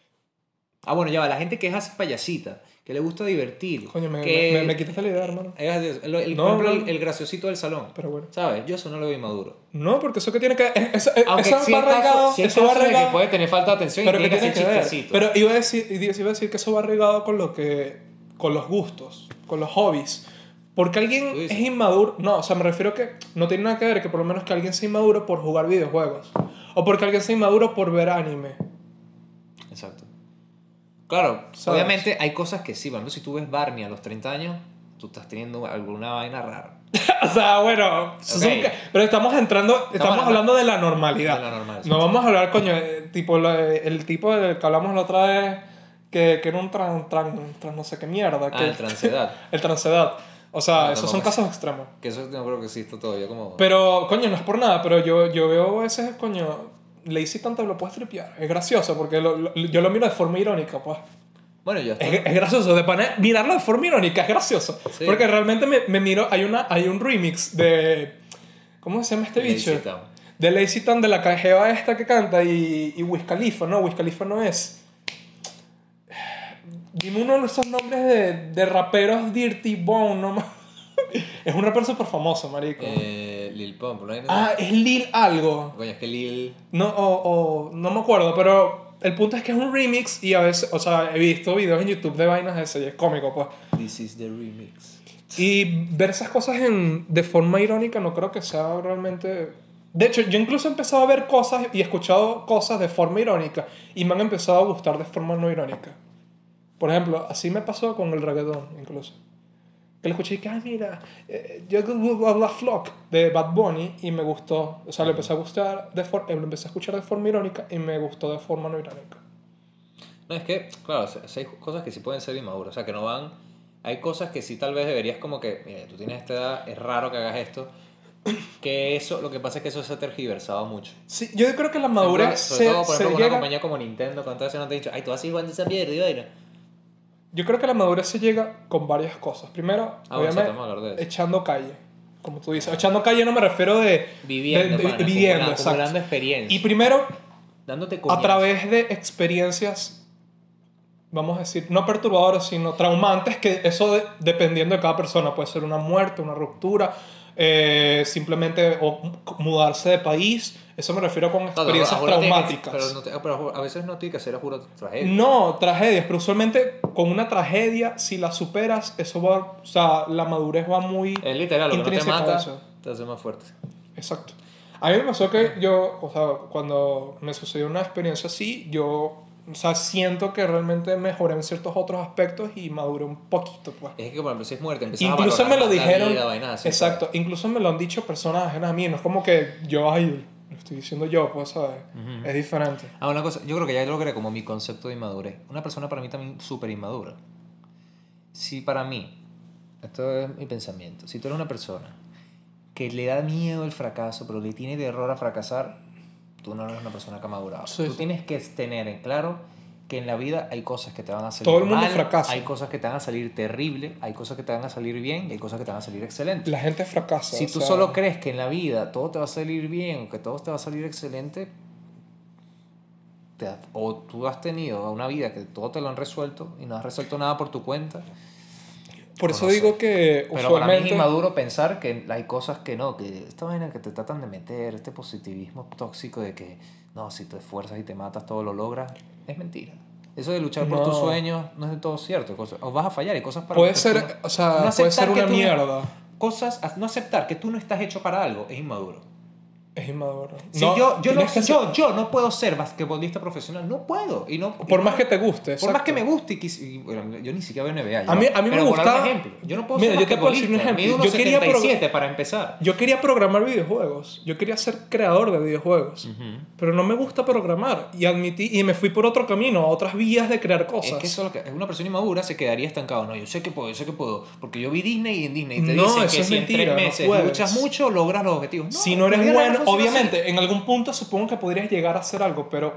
Ah, bueno, ya va, la gente que es así payasita, que le gusta divertir. Coño, que... me quitaste la idea, hermano. Es así, No, por ejemplo, no. el graciosito del salón. Pero bueno. ¿Sabes? Yo eso no lo veo inmaduro. No, porque eso que tiene que... Aunque eso sí va hay casos, arraigado... sí hay Eso va casos de que arraigado... puede tener falta de atención Pero y que tiene que tiene hacer que ver. chistecitos. Pero iba a decir que eso va arraigado con lo que... Con los gustos, con los hobbies. Porque alguien Tú dices. es inmaduro... No, o sea, me refiero que no tiene nada que ver que por lo menos que alguien sea inmaduro por jugar videojuegos. O porque alguien sea inmaduro por ver anime. Exacto. Claro, ¿Sabes? obviamente hay cosas que sí. Por ejemplo, si tú ves Barney a los 30 años, tú estás teniendo alguna vaina rara. O sea, bueno... Pero estamos hablando de la normalidad. De la normalidad, No vamos a hablar, coño, tipo el tipo del que hablamos la otra vez... Que era un trans no sé qué mierda. El transedad. El transedad. O sea, No, esos son tampoco. casos extremos. Que eso no creo que exista todavía como... Pero, coño, no es por nada, pero yo veo a veces, coño, Lazy tanto lo puedes tripear. Es gracioso porque yo lo miro de forma irónica, pues. Bueno, ya está. Es gracioso, mirarlo de forma irónica es gracioso. Sí. Porque realmente me miro, hay un remix de... ¿Cómo se llama este bicho? Lazy Town. De Lazy Town, de la cajeva esta que canta y Wiz Khalifa, ¿no? Wiz Khalifa no es. Dime uno de esos nombres de raperos Dirty Bone, ¿no? Es un rapero súper famoso, marico. Lil Pump, ¿no? Es Lil algo. Coño, es que Lil... No, no me acuerdo, pero el punto es que es un remix y a veces, o sea, he visto videos en YouTube de vainas de ese y es cómico, pues. This is the remix. Y ver esas cosas de forma irónica no creo que sea realmente... De hecho, yo incluso he empezado a ver cosas y he escuchado cosas de forma irónica y me han empezado a gustar de forma no irónica. Por ejemplo, así me pasó con el reggaetón, incluso. Que le escuché y que, mira, yo la Flock de Bad Bunny y me gustó. O sea, le empecé a gustar lo empecé a escuchar de forma irónica y me gustó de forma no irónica. No, es que, claro, hay cosas que sí pueden ser inmaduras. O sea, que no van... Hay cosas que sí tal vez deberías como que... Mira, tú tienes esta edad, es raro que hagas esto. Que eso... Lo que pasa es que eso se ha tergiversado mucho. Sí, yo creo que la madurez Sobre todo, por ejemplo, con una llega... compañía como Nintendo, cuando eso no te he dicho, ay, tú vas a ir jugando esa mierda y vaina. Yo creo que la madurez se llega con varias cosas. Primero, Bueno, obviamente, vamos a hablar de eso. echando calle. Como tú dices. Echando calle no me refiero de... Viviendo, pana, viviendo, acumulando exacto. experiencia. Y primero, Dándote a coñazos. través de experiencias, vamos a decir, no perturbadoras, sino traumantes, que eso dependiendo de cada persona, puede ser una muerte, una ruptura, simplemente o mudarse de país. Eso me refiero con experiencias traumáticas. Pero a veces no tiene que ser a juro tragedia. No, tragedias, pero usualmente con una tragedia, si la superas, eso va, o sea, la madurez va muy Es literal, lo que no te intrínseca a mata eso. te hace más fuerte. Exacto. A mí me pasó que yo, o sea, cuando me sucedió una experiencia así, yo, o sea, siento que realmente mejoré en ciertos otros aspectos y maduré un poquito, pues. Es que, por ejemplo, si es muerte, empiezas Incluso a me valorar lo más la dijeron, vida, vaina así, exacto, ¿sabes? incluso me lo han dicho personas ajenas a mí, no es como que yo, ay, lo estoy diciendo yo, pues, ¿sabes? Es diferente. Una cosa, yo creo que ya logré como mi concepto de inmadurez. Una persona para mí también súper inmadura. Si para mí, esto es mi pensamiento, si tú eres una persona que le da miedo el fracaso, pero le tiene terror a fracasar, tú no eres una persona que ha madurado. Sí, Tú sí. tienes que tener en claro que en la vida hay cosas que te van a salir Todo el mundo mal, fracasa. hay cosas que te van a salir terrible, hay cosas que te van a salir bien y hay cosas que te van a salir excelentes. La gente fracasa. Si o tú sea, solo crees que en la vida todo te va a salir bien o que todo te va a salir excelente, o tú has tenido una vida que todo te lo han resuelto y no has resuelto nada por tu cuenta. por o eso no digo sé. que Pero para mí es usualmente... inmaduro pensar que hay cosas que no, que esta vaina que te tratan de meter, este positivismo tóxico de que no, si te esfuerzas y te matas todo lo logras, es mentira. Eso de luchar por tus No. sueños no es de todo cierto. O vas a fallar, hay cosas para Puede las que tú ser, no- o sea, no puede aceptar ser que una tú no- mierda. no aceptar que tú no estás hecho para algo es inmaduro. Es inmaduro. Si No, yo, tienes que ser- yo no puedo ser basquetbolista profesional, no puedo. Por más que te guste, Por más exacto. que me guste, y bueno, yo ni siquiera veo NBA. A mí me pero por dar gustaba- un ejemplo, yo no puedo Mira, ser yo te puedo decir un basquetbolista. ejemplo. Mido Yo quería 1,77 para empezar. Yo quería programar videojuegos. Yo quería ser creador de videojuegos. Pero no me gusta programar. Y admití, y me fui por otro camino, a otras vías de crear cosas. Es que eso es lo que una persona inmadura se quedaría estancado. No, yo sé que puedo. Porque yo vi Disney y en Disney te No, dicen eso que es si mentira, en no 3 meses puedes. luchas mucho, logras los objetivos. Si no eres la vida real bueno, no funciona obviamente, así. en algún punto supongo que podrías llegar a hacer algo, pero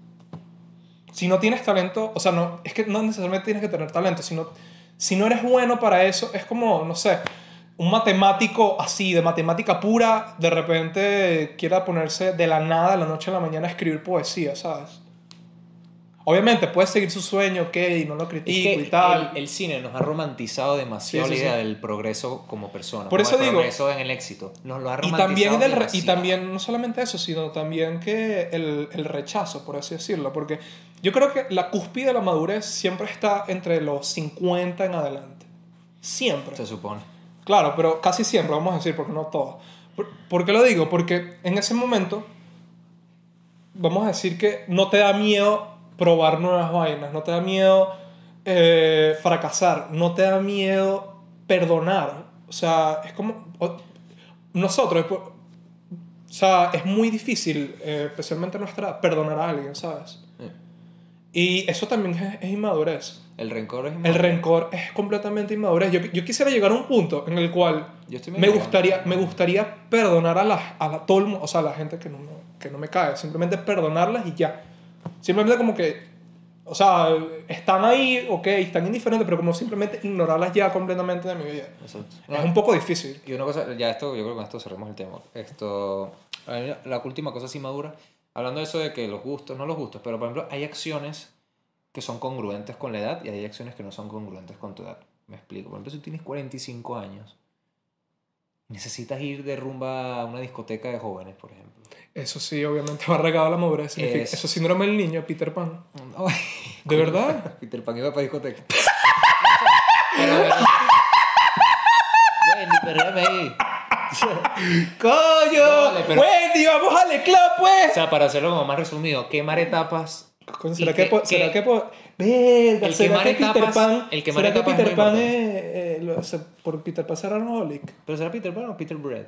si no tienes talento, o sea, no, es que no necesariamente tienes que tener talento, sino si no eres bueno para eso, es como, no sé, un matemático así, de matemática pura, de repente quiera ponerse de la nada, de la noche a la mañana, a escribir poesía, ¿sabes? Obviamente puedes seguir su sueño, ok, no lo Es critico que y tal. el cine nos ha romantizado demasiado Sí, sí, la idea sí. del progreso como persona, Por como eso el digo- progreso en el éxito. Nos lo ha Y romantizado también, y demasiado. también no solamente eso, sino también que el rechazo, por así decirlo. Porque yo creo que la cúspide de la madurez siempre está entre los 50 en adelante. Siempre. Se supone. Claro, pero casi siempre, vamos a decir, porque no todo. ¿Por qué lo digo? Porque en ese momento, vamos a decir que no te da miedo probar nuevas vainas, no te da miedo fracasar, no te da miedo perdonar. O sea, es como... nosotros, o sea, es muy difícil, especialmente a nuestra edad, perdonar a alguien, ¿sabes? Y eso también es inmadurez. El rencor es El inmadurez. rencor es completamente inmadurez. Yo quisiera llegar a un punto en el cual Yo estoy me medio gustaría perdonar a todo el mundo, o sea, a la gente que no me cae. Simplemente perdonarlas y ya. Simplemente como que, o sea, están ahí, ok, están indiferentes, pero como simplemente ignorarlas ya completamente de mi vida. Exacto. Es un poco difícil. Y una cosa, ya esto, yo creo que con esto cerremos el tema. A mí la última cosa así madura, hablando de eso de que los gustos, no los gustos, pero por ejemplo, hay acciones que son congruentes con la edad y hay acciones que no son congruentes con tu edad. Me explico. Por ejemplo, si tienes 45 años, necesitas ir de rumba a una discoteca de jóvenes, por ejemplo. Eso sí, obviamente va regado a la madurez. Significa, Es- eso síndrome del niño, Peter Pan. Ay, ¿De verdad? Peter Pan iba para discoteca. Wendy, perdóname ahí. ¡Coño! Vale, pero- ¡Wendy, vamos al club, O pues! sea, para hacerlo como más resumido, quemar etapas. Coño, Y ¿será que- ¿será que- Verga, el ¿será quemar que Peter etapas- Pan... el quemar ¿será que etapas es Peter muy Pan importante. por Peter Pan será alcoholic? ¿Pero será Peter Pan o Peter Bread?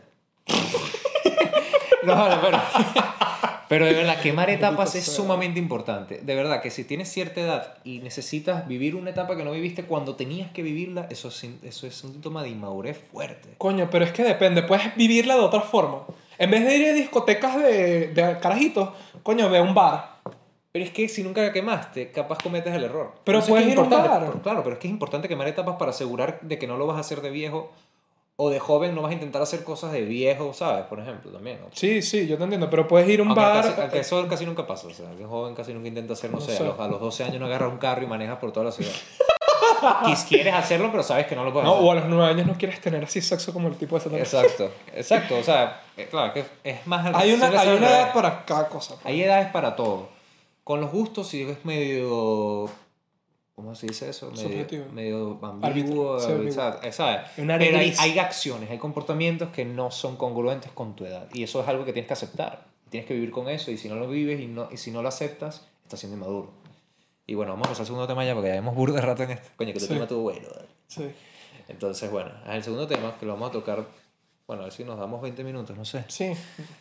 No, pero de verdad, quemar etapas es sea. sumamente importante. De verdad, que si tienes cierta edad y necesitas vivir una etapa que no viviste cuando tenías que vivirla, eso es un síntoma de inmadurez fuerte. Coño, pero es que depende. Puedes vivirla de otra forma. En vez de ir a discotecas de carajitos, coño, ve a un bar. Pero es que si nunca la quemaste, capaz cometes el error. Pero Por eso es puedes que es ir a un importante- bar. Claro, pero es que es importante quemar etapas para asegurar de que no lo vas a hacer de viejo o de joven, no vas a intentar hacer cosas de viejo, ¿sabes? Por ejemplo, también. ¿No? Sí, sí, yo te entiendo. Pero puedes ir a un Aunque bar... aunque eso casi nunca pasa. O sea, alguien joven casi nunca intenta hacer, no, No sé, sé. a los 12 años no agarras un carro y manejas por toda la ciudad. quieres hacerlo, pero sabes que no lo puedes No, hacer. o a los 9 años no quieres tener así sexo como el tipo de esa. Exacto. O sea, claro, que es más... Hay una suele ser al edad revés. para cada cosa. Hay edades para todo. Con los gustos, si es medio... ¿Cómo se dice eso? Subjetivo. Medio ambiguo. Árbitro, sí, ambiguo. ¿Sabes? Un área Pero gris. hay acciones, hay comportamientos que no son congruentes con tu edad. Y eso es algo que tienes que aceptar. Tienes que vivir con eso. Y si no lo vives y si no lo aceptas, estás siendo inmaduro. Y bueno, vamos a pasar al segundo tema ya porque ya hemos burda de rato en esto. Coño, que tu Sí. tema estuvo bueno. ¿Vale? Sí. Entonces, bueno, el segundo tema que lo vamos a tocar. Bueno, a ver si nos damos 20 minutos, no sé. Sí.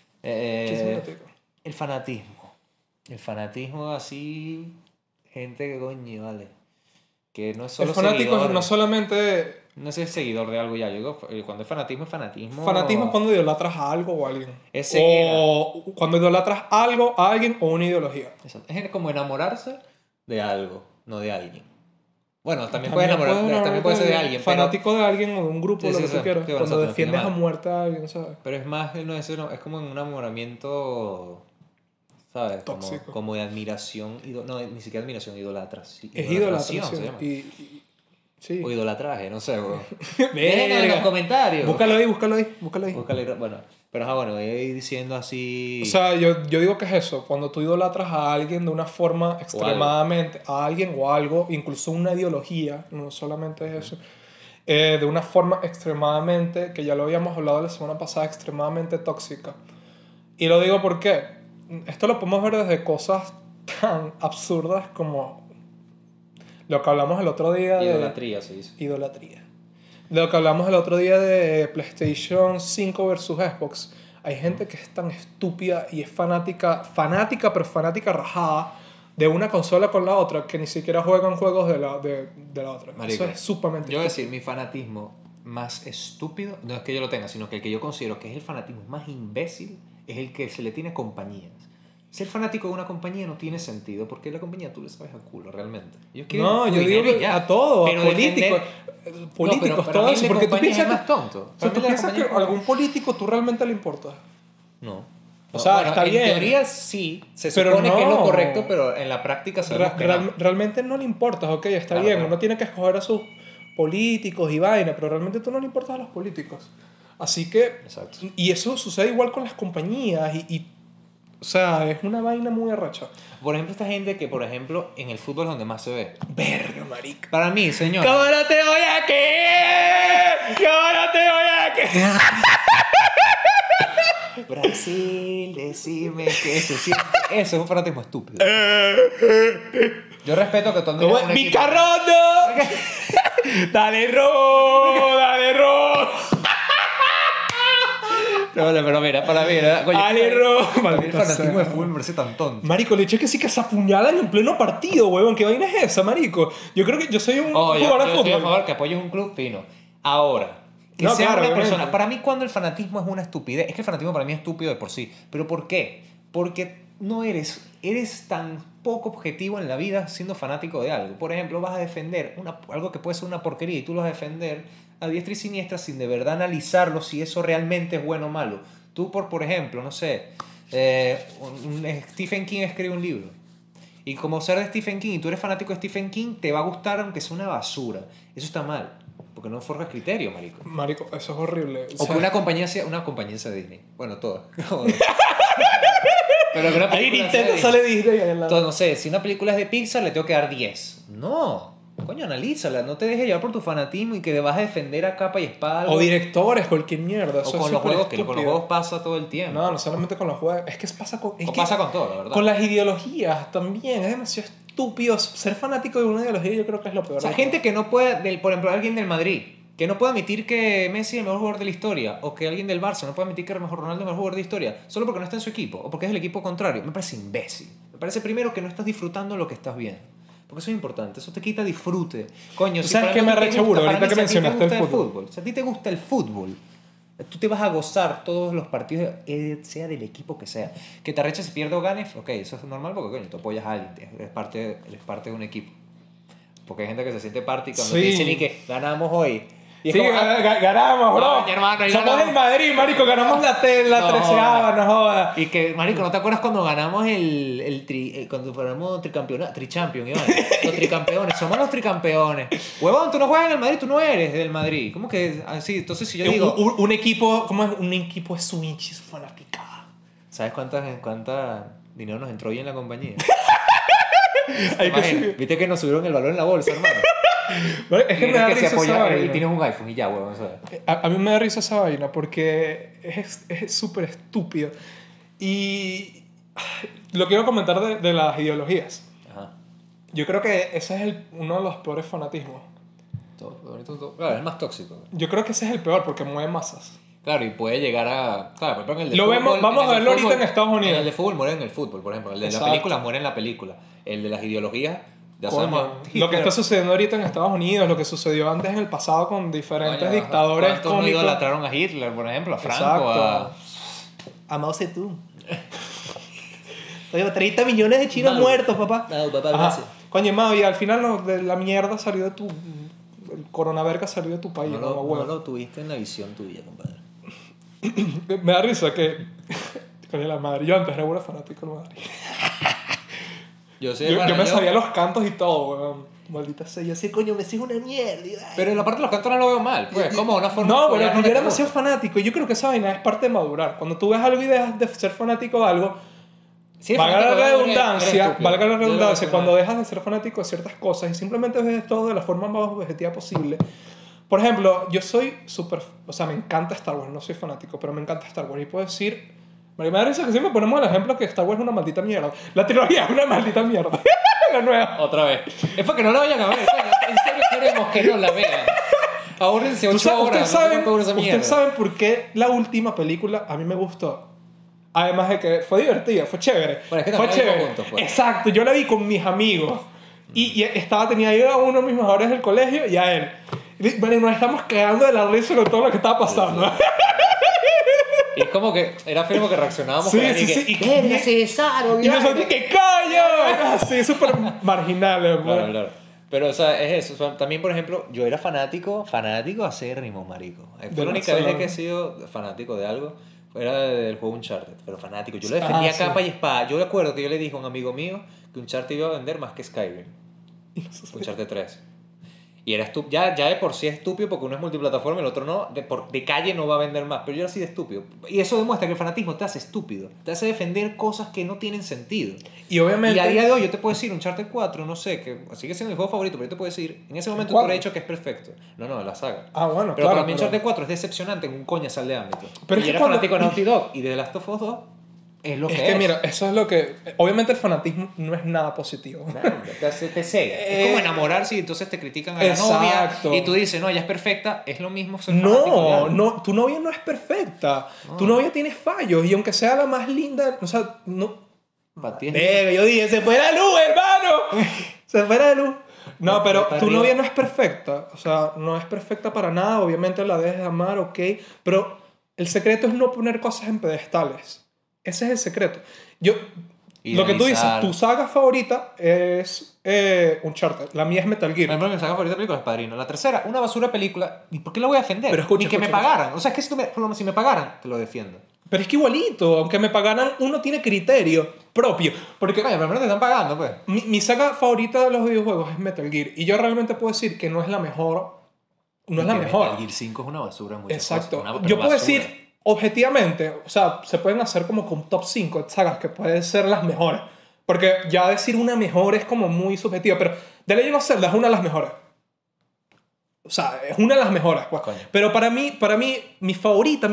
Eh, 15 minuticos. el fanatismo. El fanatismo así. Gente que coño, vale. Que no es solo El fanático seguidor. no solamente... No es el seguidor de algo ya. Yo digo, cuando es fanatismo, es fanatismo. Fanatismo es cuando idolatras a algo o a alguien. Es seguir. O cuando idolatras algo, a alguien o una ideología. Exacto. Es como enamorarse de algo, no de alguien. Bueno, también puede ser de alguien. Fanático de alguien o de un grupo, Sí, lo sí, que sí. tú quieras. Sí, bueno, Cuando eso te defiendes a define mal. muerte a alguien, ¿sabes? Pero es más, no es, es como un enamoramiento, ¿sabes? Tóxico. Como de admiración, no, ni siquiera admiración, idolatras. Es Idolatración se idolatración. llama. Sí. O idolatraje, no sé, bro. Déjenos en Verga. los comentarios. Búscalo ahí. Búscale, bueno, pero bueno, voy a ir diciendo así. O sea, yo digo que es eso. Cuando tú idolatras a alguien de una forma extremadamente... A alguien o algo, incluso una ideología, no solamente es eso. De una forma extremadamente, que ya lo habíamos hablado la semana pasada, extremadamente tóxica. Y lo digo porque esto lo podemos ver desde cosas tan absurdas como lo que hablamos el otro día Idolatría, se dice. de idolatría. Lo que hablamos el otro día de PlayStation 5 versus Xbox. Hay gente que es tan estúpida y es fanática, pero fanática rajada de una consola con la otra que ni siquiera juegan juegos de la otra. Marico, eso es sumamente yo voy a estúpido. decir, mi fanatismo más estúpido, no es que yo lo tenga, sino que el que yo considero que es el fanatismo más imbécil, es el que se le tiene a compañías. Ser fanático de una compañía no tiene sentido, porque la compañía tú le sabes a culo, realmente. No, yo digo que a todo, pero a políticos, pero todo a mí eso, de porque tú compañías piensas es más tonto. o sea, Para tú mí de piensas que compañías- algún político tú realmente le importa. No. O sea, Bueno, está en bien. teoría sí, se Pero supone que es lo no. correcto, pero en la práctica sabemos que no. Realmente no le importas, ok, está Claro, bien, claro. uno tiene que escoger a sus políticos y vaina, pero realmente tú no le importas a los políticos. Así que, Exacto. y eso sucede igual con las compañías o sea, es una vaina muy arrecha. Por ejemplo, esta gente que, por ejemplo, en el fútbol es donde más se ve. Verga, marica. Para mí, señor. ¿Cómo no te voy a querer? ¿Cómo no te voy a querer? Brasil, decime que se siente. Eso es un fanatismo estúpido. Yo respeto que todo el mundo tenga un equipo. ¡Picarrondo! ¡Dale, Ro! ¡Dale, Ro! No, pero mira, para mí, ¿verdad? Coño, ¡Dale, Ro! el Maldita fanatismo sea. de fútbol me parece tan tonto. Marico, le eché que sí que se apuñalan en pleno partido, huevón. ¿Qué vaina es esa, marico? Yo creo que yo soy un Oh, yo jugador de estoy a fútbol. favor que apoyes un club fino. Ahora, que No, sea claro, una obviamente. persona. Para mí, cuando el fanatismo es una estupidez, es que el fanatismo para mí es estúpido de por sí. ¿Pero por qué? Porque no eres tan poco objetivo en la vida siendo fanático de algo. Por ejemplo, vas a defender algo que puede ser una porquería y tú lo vas a defender a diestra y siniestra sin de verdad analizarlo si eso realmente es bueno o malo. Tú, por ejemplo, no sé, Stephen King escribe un libro. Y como ser de Stephen King y tú eres fanático de Stephen King, te va a gustar aunque sea una basura. Eso está mal, porque no forjas criterio, marico. Marico, eso es horrible. O que una compañía sea Disney. Bueno, todas. Pero que una Ahí película sea Nintendo de sale Disney ahí al lado. Entonces, no sé, si una película es de Pixar, le tengo que dar 10. No. Coño, analízala. No te dejes llevar por tu fanatismo y que te vas a defender a capa y espada. O directores, cualquier mierda. O Eso con es los súper juegos, que con los estúpido. juegos pasa todo el tiempo. No, no solamente con los juegos. Es que pasa con... es O que pasa con todo, la verdad. con las ideologías también. Es demasiado estúpido. Ser fanático de una ideología yo creo que es lo peor. O sea, de gente todo. que no puede, por ejemplo, alguien del Madrid, que no puede admitir que Messi es el mejor jugador de la historia, o que alguien del Barça no puede admitir que Ronaldo es el mejor jugador de la historia, solo porque no está en su equipo, o porque es del equipo contrario. Me parece imbécil. Me parece primero que no estás disfrutando lo que estás viendo. Porque eso es importante, eso te quita disfrute. Coño, ¿Tú si sabes por qué me ejemplo, arrecha burda? para Ahorita mí, que si a ti te mencionaste el gusta fútbol. Si a ti te gusta el fútbol, tú te vas a gozar todos los partidos, sea del equipo que sea. Que te arrecha si pierde o ganes, ok, eso es normal porque coño, tú apoyas a alguien, eres parte de un equipo. Porque hay gente que se siente parte y cuando te Sí. dicen y que ganamos hoy. Y es Sí, como, ganamos, bro. No, mi hermano, y Somos ganamos. el Madrid, marico, ganamos la No, 13ª, no jodas. Y que, marico, ¿no te acuerdas cuando ganamos cuando fuéramos trichampion, Iván? Los tricampeones, somos los tricampeones. Huevón, tú no juegas en el Madrid, tú no eres del Madrid. ¿Cómo que así? Entonces si yo digo... Un equipo, ¿cómo es? Un equipo es un hincha, su fanaticada. ¿Sabes cuánta dinero nos entró hoy en la compañía? Hay que Imagina, subir. viste que nos subieron el valor en la bolsa, hermano. Vale, es que me da Tienes que risa se esa apoya y vaina. tienes un iPhone y ya, huevón, eso es. A mí me da risa esa vaina porque es súper estúpido. Y lo quiero comentar de las ideologías. Ajá. Yo creo que ese es uno de los peores fanatismos. Claro, es el más tóxico. Yo creo que ese es el peor porque mueve masas. Claro, y puede llegar a... Claro, por ejemplo, en el de Lo vemos- vamos en el a de verlo ahorita fútbol- en Estados Unidos. En el de fútbol muere en el fútbol, por ejemplo. El de Exacto. la película muere en la película. El de las ideologías, ya Coño, sabemos... lo que está sucediendo ahorita en Estados Unidos, lo que sucedió antes en el pasado con diferentes Coño, dictadores ¿cuántos no cómicos. idolatraron a Hitler, por ejemplo? A Franco, Exacto. A Mao Zedong. Oye, 30 millones de chinos Mao. muertos, papá. No, papá, Ajá. gracias. Coño, Mao, y al final de la mierda salió de tu... El coronavirus salió de tu país, No, como huevo. no lo tuviste en la visión tuya, compadre. Me da risa que... Coño, la madre. Yo antes era un fanático del Madrid. Yo me sabía los cantos y todo, weón. Maldita sea. Yo sé, coño, Messi es una mierda. Pero en la parte de los cantos no lo veo mal, pues, como una forma... No, pues, bueno, ya yo te era gusta. demasiado fanático. Y yo creo que esa vaina es parte de madurar. Cuando tú ves algo y dejas de ser fanático de algo, Sí, valga fanático la de algo, redundancia, eres valga la estúpido. Yo lo redundancia, veo cuando como- dejas de ser fanático de ciertas cosas y simplemente ves todo de la forma más objetiva posible. Por ejemplo, yo soy súper... O sea, me encanta Star Wars. No soy fanático, pero me encanta Star Wars. Y puedo decir... Me da risa que siempre ponemos el ejemplo que Star Wars es una maldita mierda. La trilogía es una maldita mierda. La nueva. Otra vez. Es para que no la vayan a ver, coño. En serio queremos que no la vean. Ahórrense 8 horas. ¿Ustedes saben por qué la última película a mí me gustó? Además de que fue divertida, fue chévere. Bueno, es que fue también la vimos chévere. juntos, pues. Exacto, yo la vi con mis amigos. Y tenía ahí a uno de mis mejores del colegio y a él. Y, bueno, nos estamos cagando de la risa con todo lo que estaba pasando. Y es como que era firme que reaccionábamos Sí, con él sí, y que, sí, y que- "Verga, se besaron, Y nosotros, ¿qué coño? Así, súper marginales. Claro, pues. claro. Pero, o sea, es eso. O sea, también, por ejemplo, yo era fanático acérrimo, marico. Fue De la única vez Barcelona. que he sido fanático de algo. Era del juego Uncharted, pero fanático. Yo lo defendía Ah, sí. capa y espada. Yo recuerdo que yo le dije a un amigo mío que Uncharted iba a vender más que Skyrim. Uncharted 3. Y era ya de por sí es estúpido porque uno es multiplataforma y el otro no. De calle no va a vender más. Pero yo era así de estúpido. Y eso demuestra que el fanatismo te hace estúpido. Te hace defender cosas que no tienen sentido. Y obviamente... Y a día de hoy yo te puedo decir Uncharted 4, no sé, que sigue siendo mi juego favorito, pero yo te puedo decir, en ese momento tú ¿Cuál? has dicho que es perfecto. No, la saga. Ah, bueno, Pero claro. para mí Uncharted 4 es decepcionante en un coñazal de ámbito. Pero y es que era cuando- fanático de Naughty Dog y de The Last of Us 2 es lo que Es es. que mira, eso es lo que... Obviamente el fanatismo no es nada positivo. Te cega. Es como enamorarse y entonces te critican a la Exacto. novia y tú dices, no, ella es perfecta, es lo mismo ser fanático de No, algo. no, tu novia no es perfecta. Tu novia tiene fallos y aunque sea la más linda, o sea, no... Para ti es- Venga, yo dije, se fue la luz, hermano. Se fue la luz. No, pero para tu arriba. novia no es perfecta. O sea, no es perfecta para nada. Obviamente la dejes de amar, ok. Pero el secreto es no poner cosas en pedestales. Ese es el secreto. Lo que tú dices, Idealizar. tu saga favorita es Uncharted. La mía es Metal Por Gear. ejemplo, mi saga favorita de película es Padrino. La tercera, una basura película. ¿Y por qué la voy a defender? Pero escucha, Ni que me escucha, pagaran. O sea, es que si, por lo menos si me pagaran, te lo defiendo. Pero es que igualito, aunque me pagaran, uno tiene criterio propio. Porque Coño, pero al menos te están pagando, pues. mi saga favorita de los videojuegos es Metal Gear. Y yo realmente puedo decir que no es la mejor. No es la mejor. Metal Gear 5 es una basura en muchas Exacto. cosas, Yo puedo basura. decir, objetivamente, o sea, se pueden hacer como que un top 5 de sagas que pueden ser las mejores. Porque ya decir una mejor es como muy subjetivo. Pero The Legend of Zelda es una de las mejores. O sea, es una de las mejores. Pues. Coño. Pero para mí, mi favorita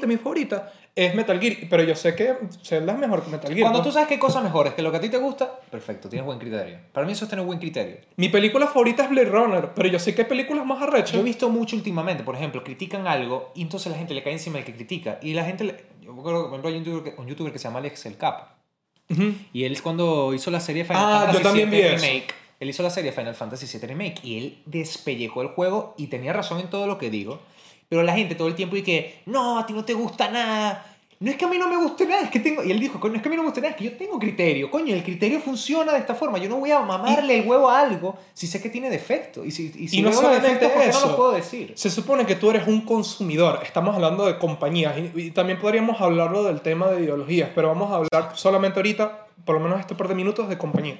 es Metal Gear. Pero yo sé que Zelda es mejor que Metal Gear. Cuando pues. tú sabes qué cosa mejores que lo que a ti te gusta, perfecto, tienes buen criterio. Para mí eso es tener buen criterio. Mi película favorita es Blade Runner. Pero yo sé que hay películas más arrechas. Yo he visto mucho últimamente, por ejemplo, critican algo y entonces la gente le cae encima del que critica. Y la gente, yo me acuerdo, por ejemplo, hay un youtuber que se llama Alex el Capo. Ujú. Y él cuando hizo la serie Final Ah, Fantasy yo también VII vi eso. Remake, él hizo la serie Final Fantasy VII Remake y él despellejó el juego y tenía razón en todo lo que digo. Pero la gente todo el tiempo y que, no, a ti no te gusta nada. no es que a mí no me guste nada, es que tengo... Y él dijo, no es que a mí no me guste nada, es que yo tengo criterio. Coño, el criterio funciona de esta forma. Yo no voy a mamarle el huevo a algo si sé que tiene defecto. Y si no veo solamente defectos, ¿por qué no eso, lo puedo decir? se supone que tú eres un consumidor. Estamos hablando de compañías y también podríamos hablarlo del tema de ideologías, pero vamos a hablar solamente ahorita, por lo menos este par de minutos, de compañía.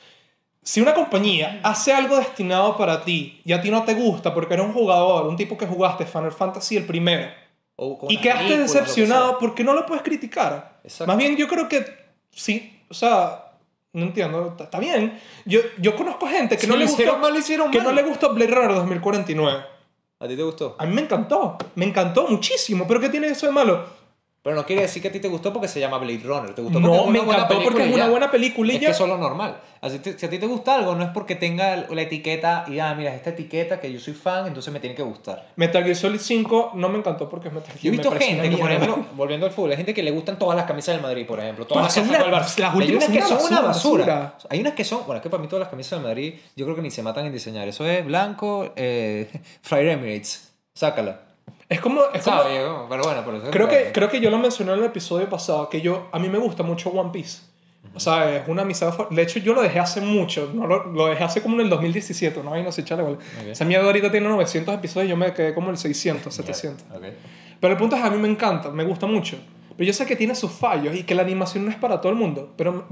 Si una compañía hace algo destinado para ti y a ti no te gusta porque eres un jugador, un tipo que jugaste Final Fantasy el primero, O con y unas quedaste películas, lo que decepcionado sea. porque no lo puedes criticar. Exacto. Más bien yo creo que sí, o sea, no entiendo, está bien. Yo conozco gente que Si no lo le hicieron gustó, mal, lo hicieron que mal. no le gustó Blade Runner 2049. ¿A ti te gustó? A mí me encantó muchísimo, pero ¿qué tiene eso de malo? Pero no quiere decir que a ti te gustó porque se llama Blade Runner. Te gustó porque No, es me una buena encantó película porque es y una ya. buena película y Es ya. que eso es lo normal. Así si a ti te gusta algo, no es porque tenga la etiqueta y, mira, esta etiqueta que yo soy fan, entonces me tiene que gustar. Metal Gear Solid 5 no me encantó porque es Metal Gear. Yo he visto me pareció gente una que, por mierda. ejemplo, volviendo al fútbol, hay gente que le gustan todas las camisas del Madrid, por ejemplo. Todas No, las son que una- sacó el Barça. las Y hay últimas unas que son son una una basura. basura. Hay unas que son, bueno, es que para mí todas las camisas del Madrid, yo creo que ni se matan en diseñar. Eso es blanco, Fried Emirates. Sácala. Es como ¿Sabes? Pero bueno, por eso creo que yo lo mencioné en el episodio pasado, que a mí me gusta mucho One Piece. O sea, es una amistad. De hecho, yo lo dejé hace mucho. No, lo dejé hace como en el 2017. No, ahí no sé, chale, ¿vale? Ok. Esa mierda ahorita tiene 900 episodios y yo me quedé como en el 600, 700. Ok. Pero el punto es que a mí me encanta, me gusta mucho. Pero yo sé que tiene sus fallos y que la animación no es para todo el mundo. Pero,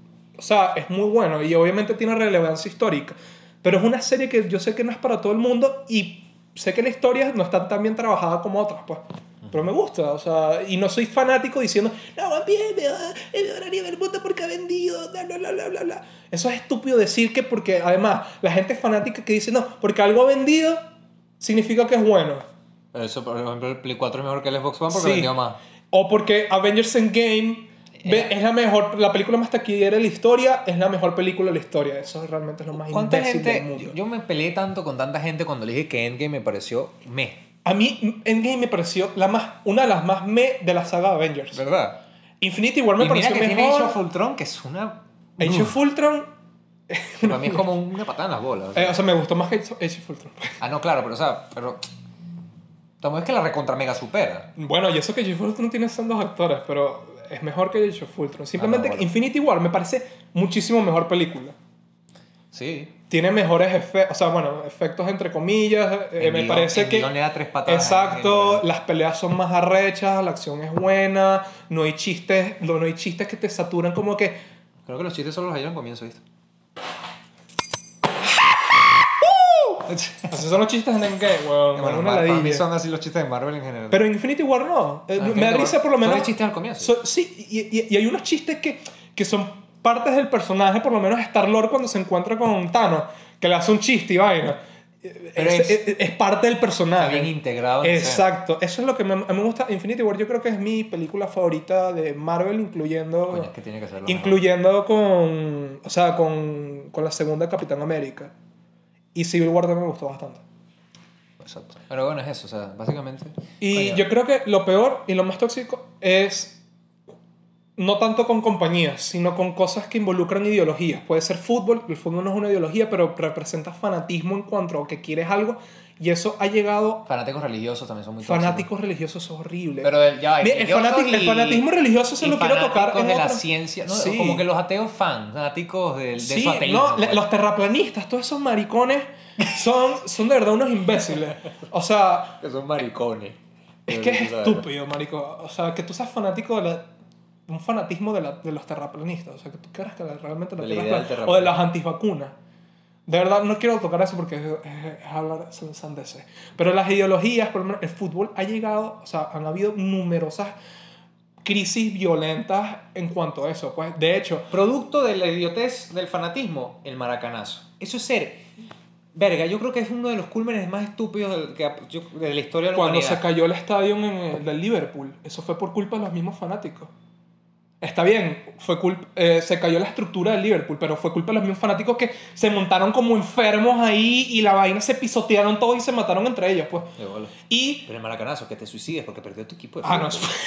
o sea, es muy bueno y obviamente tiene relevancia histórica. Pero es una serie que yo sé que no es para todo el mundo y sé que la historia no está tan bien trabajada como otras, pues. Pero me gusta, o sea, y no soy fanático diciendo, no, One Piece es el mejor anime del mundo porque ha vendido, bla, bla, bla, bla, bla, bla. Eso es estúpido decir que porque, además, la gente fanática que dice, no, porque algo ha vendido significa que es bueno. Pero eso, por ejemplo, el Play 4 es mejor que el Xbox One porque Sí. vendió más. O porque Avengers Endgame es la película más taquillera de la historia, es la mejor película de la historia. Eso realmente es lo más ¿Cuánta imbécil del gente? mundo. Yo me peleé tanto con tanta gente cuando le dije que Endgame me pareció A mí Endgame me pareció una de las más de la saga Avengers. ¿verdad? Infinity War me Y mira pareció que tiene Age mejor. of Ultron, que es una... Age of Ultron, Que para mí es como una patada en las bolas. o sea, me gustó más que Age of Ultron. No, claro, pero o sea, También es que la recontra mega supera. Bueno, y eso que Age of Ultron tiene son dos actores, pero es mejor que Age of Ultron. Simplemente bueno. Infinity War me parece muchísimo mejor película. Sí. Tiene mejores efectos, o sea, bueno, efectos entre comillas. Me parece que. Le da 3 patadas. Exacto, las peleas son más arrechas, la acción es buena, no hay chistes que te saturan como que. Creo que los chistes solo los hay al comienzo, ¿viste? Así son los chistes en Endgame, weón. Bueno, una para mí ladilla. son así los chistes de Marvel en general. Pero en Infinity War no. Me Infinity da War risa por lo menos. son chistes al comienzo. Sí, y hay unos chistes que son partes del personaje, por lo menos Star-Lord cuando se encuentra con Thanos, que le hace un chiste y vaina. Pero Es parte del personaje. Está bien integrado en Exacto. Eso es lo que a mí me gusta. Infinity War yo creo que es mi película favorita de Marvel, incluyendo... Coño, es que tiene que ser lo incluyendo con... O sea, con la segunda de Capitán América. Y Civil War también me gustó bastante. mejor. Exacto. Pero bueno, es eso, o sea, básicamente. Y Coño, yo creo que lo peor y lo más tóxico es no tanto con compañías, sino con cosas que involucran ideologías. Puede ser fútbol, el fútbol no es una ideología, pero representa fanatismo en cuanto a que quieres algo, y eso ha llegado... fanáticos religiosos también son muy tóxicos. Fanáticos religiosos es horrible. Pero el fanatismo religioso se lo quiero tocar en en de la otro- ciencia, ¿no? Sí. Como que los ateos fanáticos de Sí, su ateísmo. no, pues. los terraplanistas, todos esos maricones son de verdad unos imbéciles. O sea, Que son maricones. es que es estúpido, marico. O sea, que tú seas fanático de un fanatismo de los terraplanistas. O sea, que tú creas que realmente la De la Tierra idea es del plana. O de las antivacunas. De verdad, no quiero tocar eso porque es hablar sandeces. Pero las ideologías, por lo menos el fútbol ha llegado, o sea, han habido numerosas crisis violentas en cuanto a eso. Pues, de hecho, Producto de la idiotez del fanatismo, el maracanazo. Eso es ser... Verga, yo creo que es uno de los cúlmenes más estúpidos de la historia de la cuando humanidad. se cayó el estadio del Liverpool, eso fue por culpa de los mismos fanáticos. Está bien, se cayó la estructura del Liverpool, pero fue culpa de los mismos fanáticos que se montaron como enfermos ahí y la vaina se pisotearon todos y se mataron entre ellos, pues. De bola. Y... Pero el maracanazo, que te suicides porque perdió tu equipo de Ah, no. fútbol.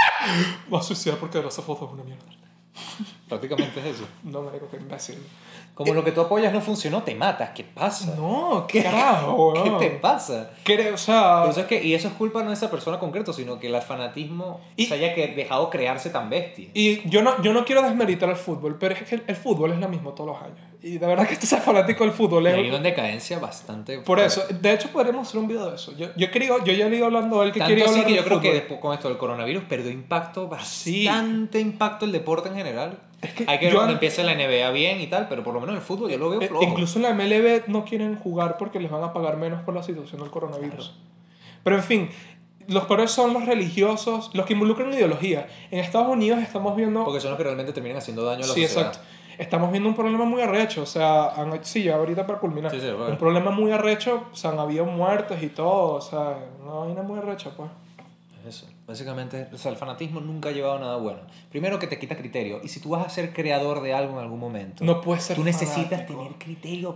Va a suicidar porque esa foto es una mierda. Prácticamente es eso. No, marico, qué imbécil. Como lo que tú apoyas no funcionó, te matas. ¿Qué pasa? No, qué carajo, ¿Qué weón. te pasa? O sea, Por eso es que, y eso es culpa no de esa persona concreto, sino que el fanatismo Y- se haya dejado crearse tan bestia. y yo no quiero desmeritar el fútbol, pero es que el fútbol es lo mismo todos los años. Y de verdad que tú seas fanático del fútbol. Y ha ido en decadencia bastante Por eso, fuerte. de hecho podríamos hacer un video de eso. Yo ya le iba hablando a él que Tanto quería así hablar que del yo creo que fútbol. después con esto del coronavirus perdió impacto, Sí. bastante impacto el deporte en general. Es que Hay que ver yo cuando an- empiece la NBA bien y tal, pero por lo menos el fútbol yo lo veo flojo. Incluso en la MLB no quieren jugar porque les van a pagar menos por la situación del coronavirus. Pero en fin, los peores son los religiosos, los que involucran ideología. En Estados Unidos estamos viendo... Porque son los que realmente terminan haciendo daño a la Sí, sociedad. exacto. Estamos viendo un problema muy arrecho, o sea, sí, ya ahorita para culminar. Sí, bueno. Un problema muy arrecho, o sea, han habido muertes y todo, o sea, una vaina muy arrecha, pues. Eso. Básicamente, o sea, el fanatismo nunca ha llevado a nada bueno. Primero que te quita criterio. Y si tú vas a ser creador de algo en algún momento, No puedes ser tú necesitas fanático. tener criterio.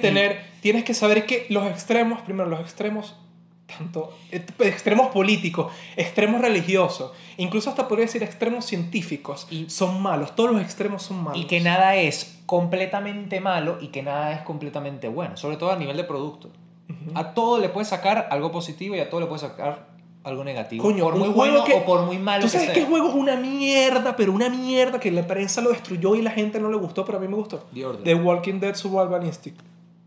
Tienes que saber que los extremos, primero los extremos, tanto extremos políticos, extremos religiosos, incluso hasta podría decir extremos científicos, son malos, todos los extremos son malos. Y que nada es completamente malo y que nada es completamente bueno. Sobre todo a nivel de producto. A todo le puedes sacar algo positivo y a todo le puedes sacar algo negativo. Coño, por un muy juego bueno o por muy malo ¿Tú que sabes sea. qué juego es una mierda, pero una mierda que la prensa lo destruyó y la gente no le gustó, pero a mí me gustó? The Order. The Walking Dead Survival Instinct.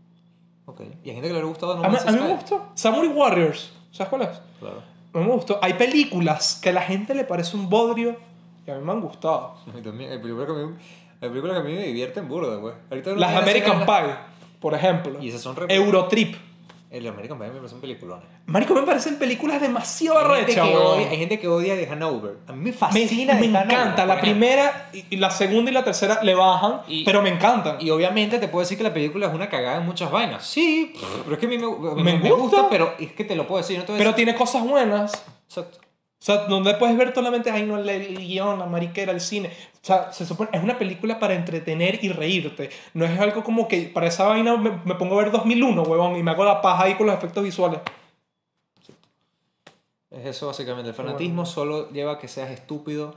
Ok. Y hay gente que le ha gustado No A mí Man's Sky. me gustó. Samurai Warriors. ¿Sabes cuál es? Claro. A mí me gustó. Hay películas que a la gente le parece un bodrio y a mí me han gustado. A mí también. Hay películas que a mí me divierten burda, güey. Ahorita no Las me American hace nada. Pie, por ejemplo. Y esas son re- Eurotrip. El American Pie me parece un peliculón. Marico, me parecen películas demasiado Hay gente, arrechas, que weón. odia, hay gente que odia The Hanover. A mí me fascina Me The Hanover, encanta. por La ejemplo. primera y la segunda y la tercera le bajan, pero me encantan. Y obviamente te puedo decir que la película es una cagada en muchas vainas. Sí, pero es que a mí me gusta. gusta, pero es que te lo puedo decir. No te voy a Pero decir- tiene cosas buenas. Exacto. O sea, donde puedes ver solamente, ay, no, el guión, la mariquera, el cine. O sea, se supone, es una película para entretener y reírte. No es algo como que para esa vaina me pongo a ver 2001, huevón, y me hago la paja ahí con los efectos visuales. Es eso básicamente. El fanatismo solo lleva a que seas estúpido.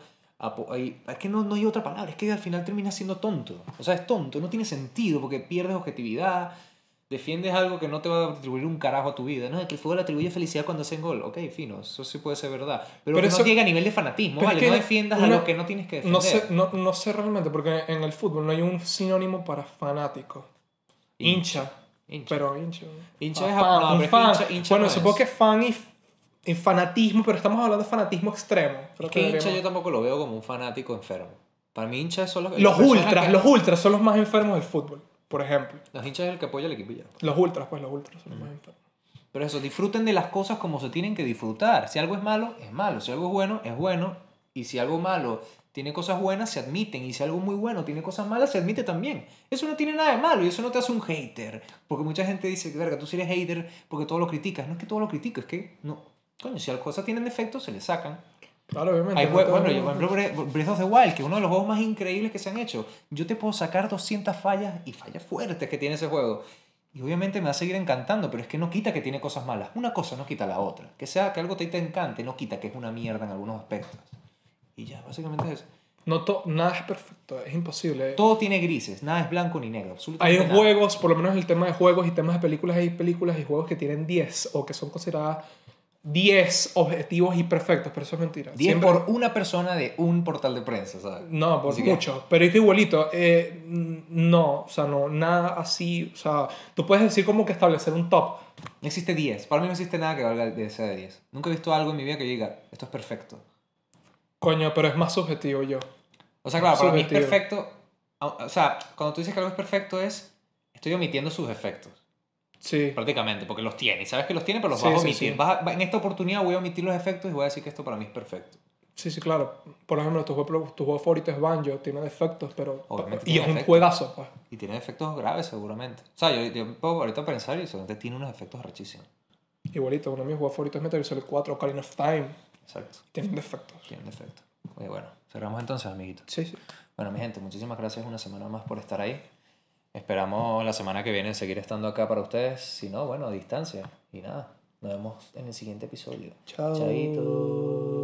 Es que no hay otra palabra. Es que al final terminas siendo tonto. O sea, es tonto. No tiene sentido porque pierdes objetividad. Defiendes algo que no te va a atribuir un carajo a tu vida. No, es que el fútbol atribuye felicidad cuando hacen gol. Ok, fino. Eso sí puede ser verdad. Pero que eso- no llega a nivel de fanatismo. pero es Vale, que no defiendas a lo que no tienes que defender. No sé realmente, porque en el fútbol no hay un sinónimo para fanático. Hincha. Hincha. Pero hincha. Hincha Ah, es- fan, no, un pero es que fan. hincha Bueno, no supongo es. que fan y fanatismo, pero estamos hablando de fanatismo extremo. Creo Es que hincha deberíamos- yo tampoco lo veo como un fanático enfermo. Para mí hincha es solo... Los ultras son los más enfermos del fútbol, por ejemplo. Los hinchas es el que apoya al equipo y ya. Los ultras son los más enfermos. Pero eso, disfruten de las cosas como se tienen que disfrutar. Si algo es malo, es malo. Si algo es bueno, es bueno. Y si algo malo tiene cosas buenas, se admiten. Y si algo muy bueno tiene cosas malas, se admite también. Eso no tiene nada de malo y eso no te hace un hater. Porque mucha gente dice, verga, tú sí eres hater porque todo lo criticas. No es que todo lo critico, es que no. Coño, si las cosas tienen defectos, se les sacan. Claro, obviamente. Hay no juegos, todo- bueno, yo, por ejemplo, Breath of the Wild, que es uno de los juegos más increíbles que se han hecho. Yo te puedo sacar 200 fallas y fallas fuertes que tiene ese juego. Y obviamente me va a seguir encantando, pero es que no quita que tiene cosas malas. Una cosa no quita la otra. Que sea que algo te encante, no quita que es una mierda en algunos aspectos. Y ya, básicamente es eso. Nada es perfecto, es imposible. Todo tiene grises, nada es blanco ni negro. Hay Absolutamente nada. juegos, por lo menos el tema de juegos y temas de películas, hay películas y juegos que tienen 10 o que son consideradas 10 objetivos imperfectos, pero eso es mentira. 10 Siempre- por una persona de un portal de prensa, ¿sabes? No, por Así que- mucho. Pero es que igualito, no, o sea, no, nada así, o sea, tú puedes decir como que establecer un top. No existe 10. Para mí no existe nada que valga de sea de 10. Nunca he visto algo en mi vida que yo diga, esto es perfecto. Coño, pero es más subjetivo yo. O sea, claro, para mí es Subjetivo. perfecto. O sea, cuando tú dices que algo es perfecto es, estoy omitiendo sus defectos. Sí. Prácticamente, porque los tiene. Y sabes que los tiene, pero los Sí, vas a sí, omitir. sí. En esta oportunidad voy a omitir los efectos y voy a decir que esto para mí es perfecto. Sí, sí, claro. Por ejemplo, tu juego favorito es Banjo, tiene defectos, pero... Obviamente y tiene es un defectos. juegazo, pues. Y tiene efectos graves, seguramente. O sea, yo puedo ahorita pensar y seguramente tiene unos efectos rechísimos. Igualito, uno de mis juegos favoritos es Metal Gear Solid 4, Ocarina of Time. Exacto. Tienen defectos. Tienen defectos. Oye, bueno, cerramos entonces, amiguitos. Sí, sí. Bueno, mi gente, muchísimas gracias una semana más por estar ahí. Esperamos la semana que viene seguir estando acá para ustedes. Si no, bueno, a distancia. Y nada, nos vemos en el siguiente episodio. Chao. Chaito.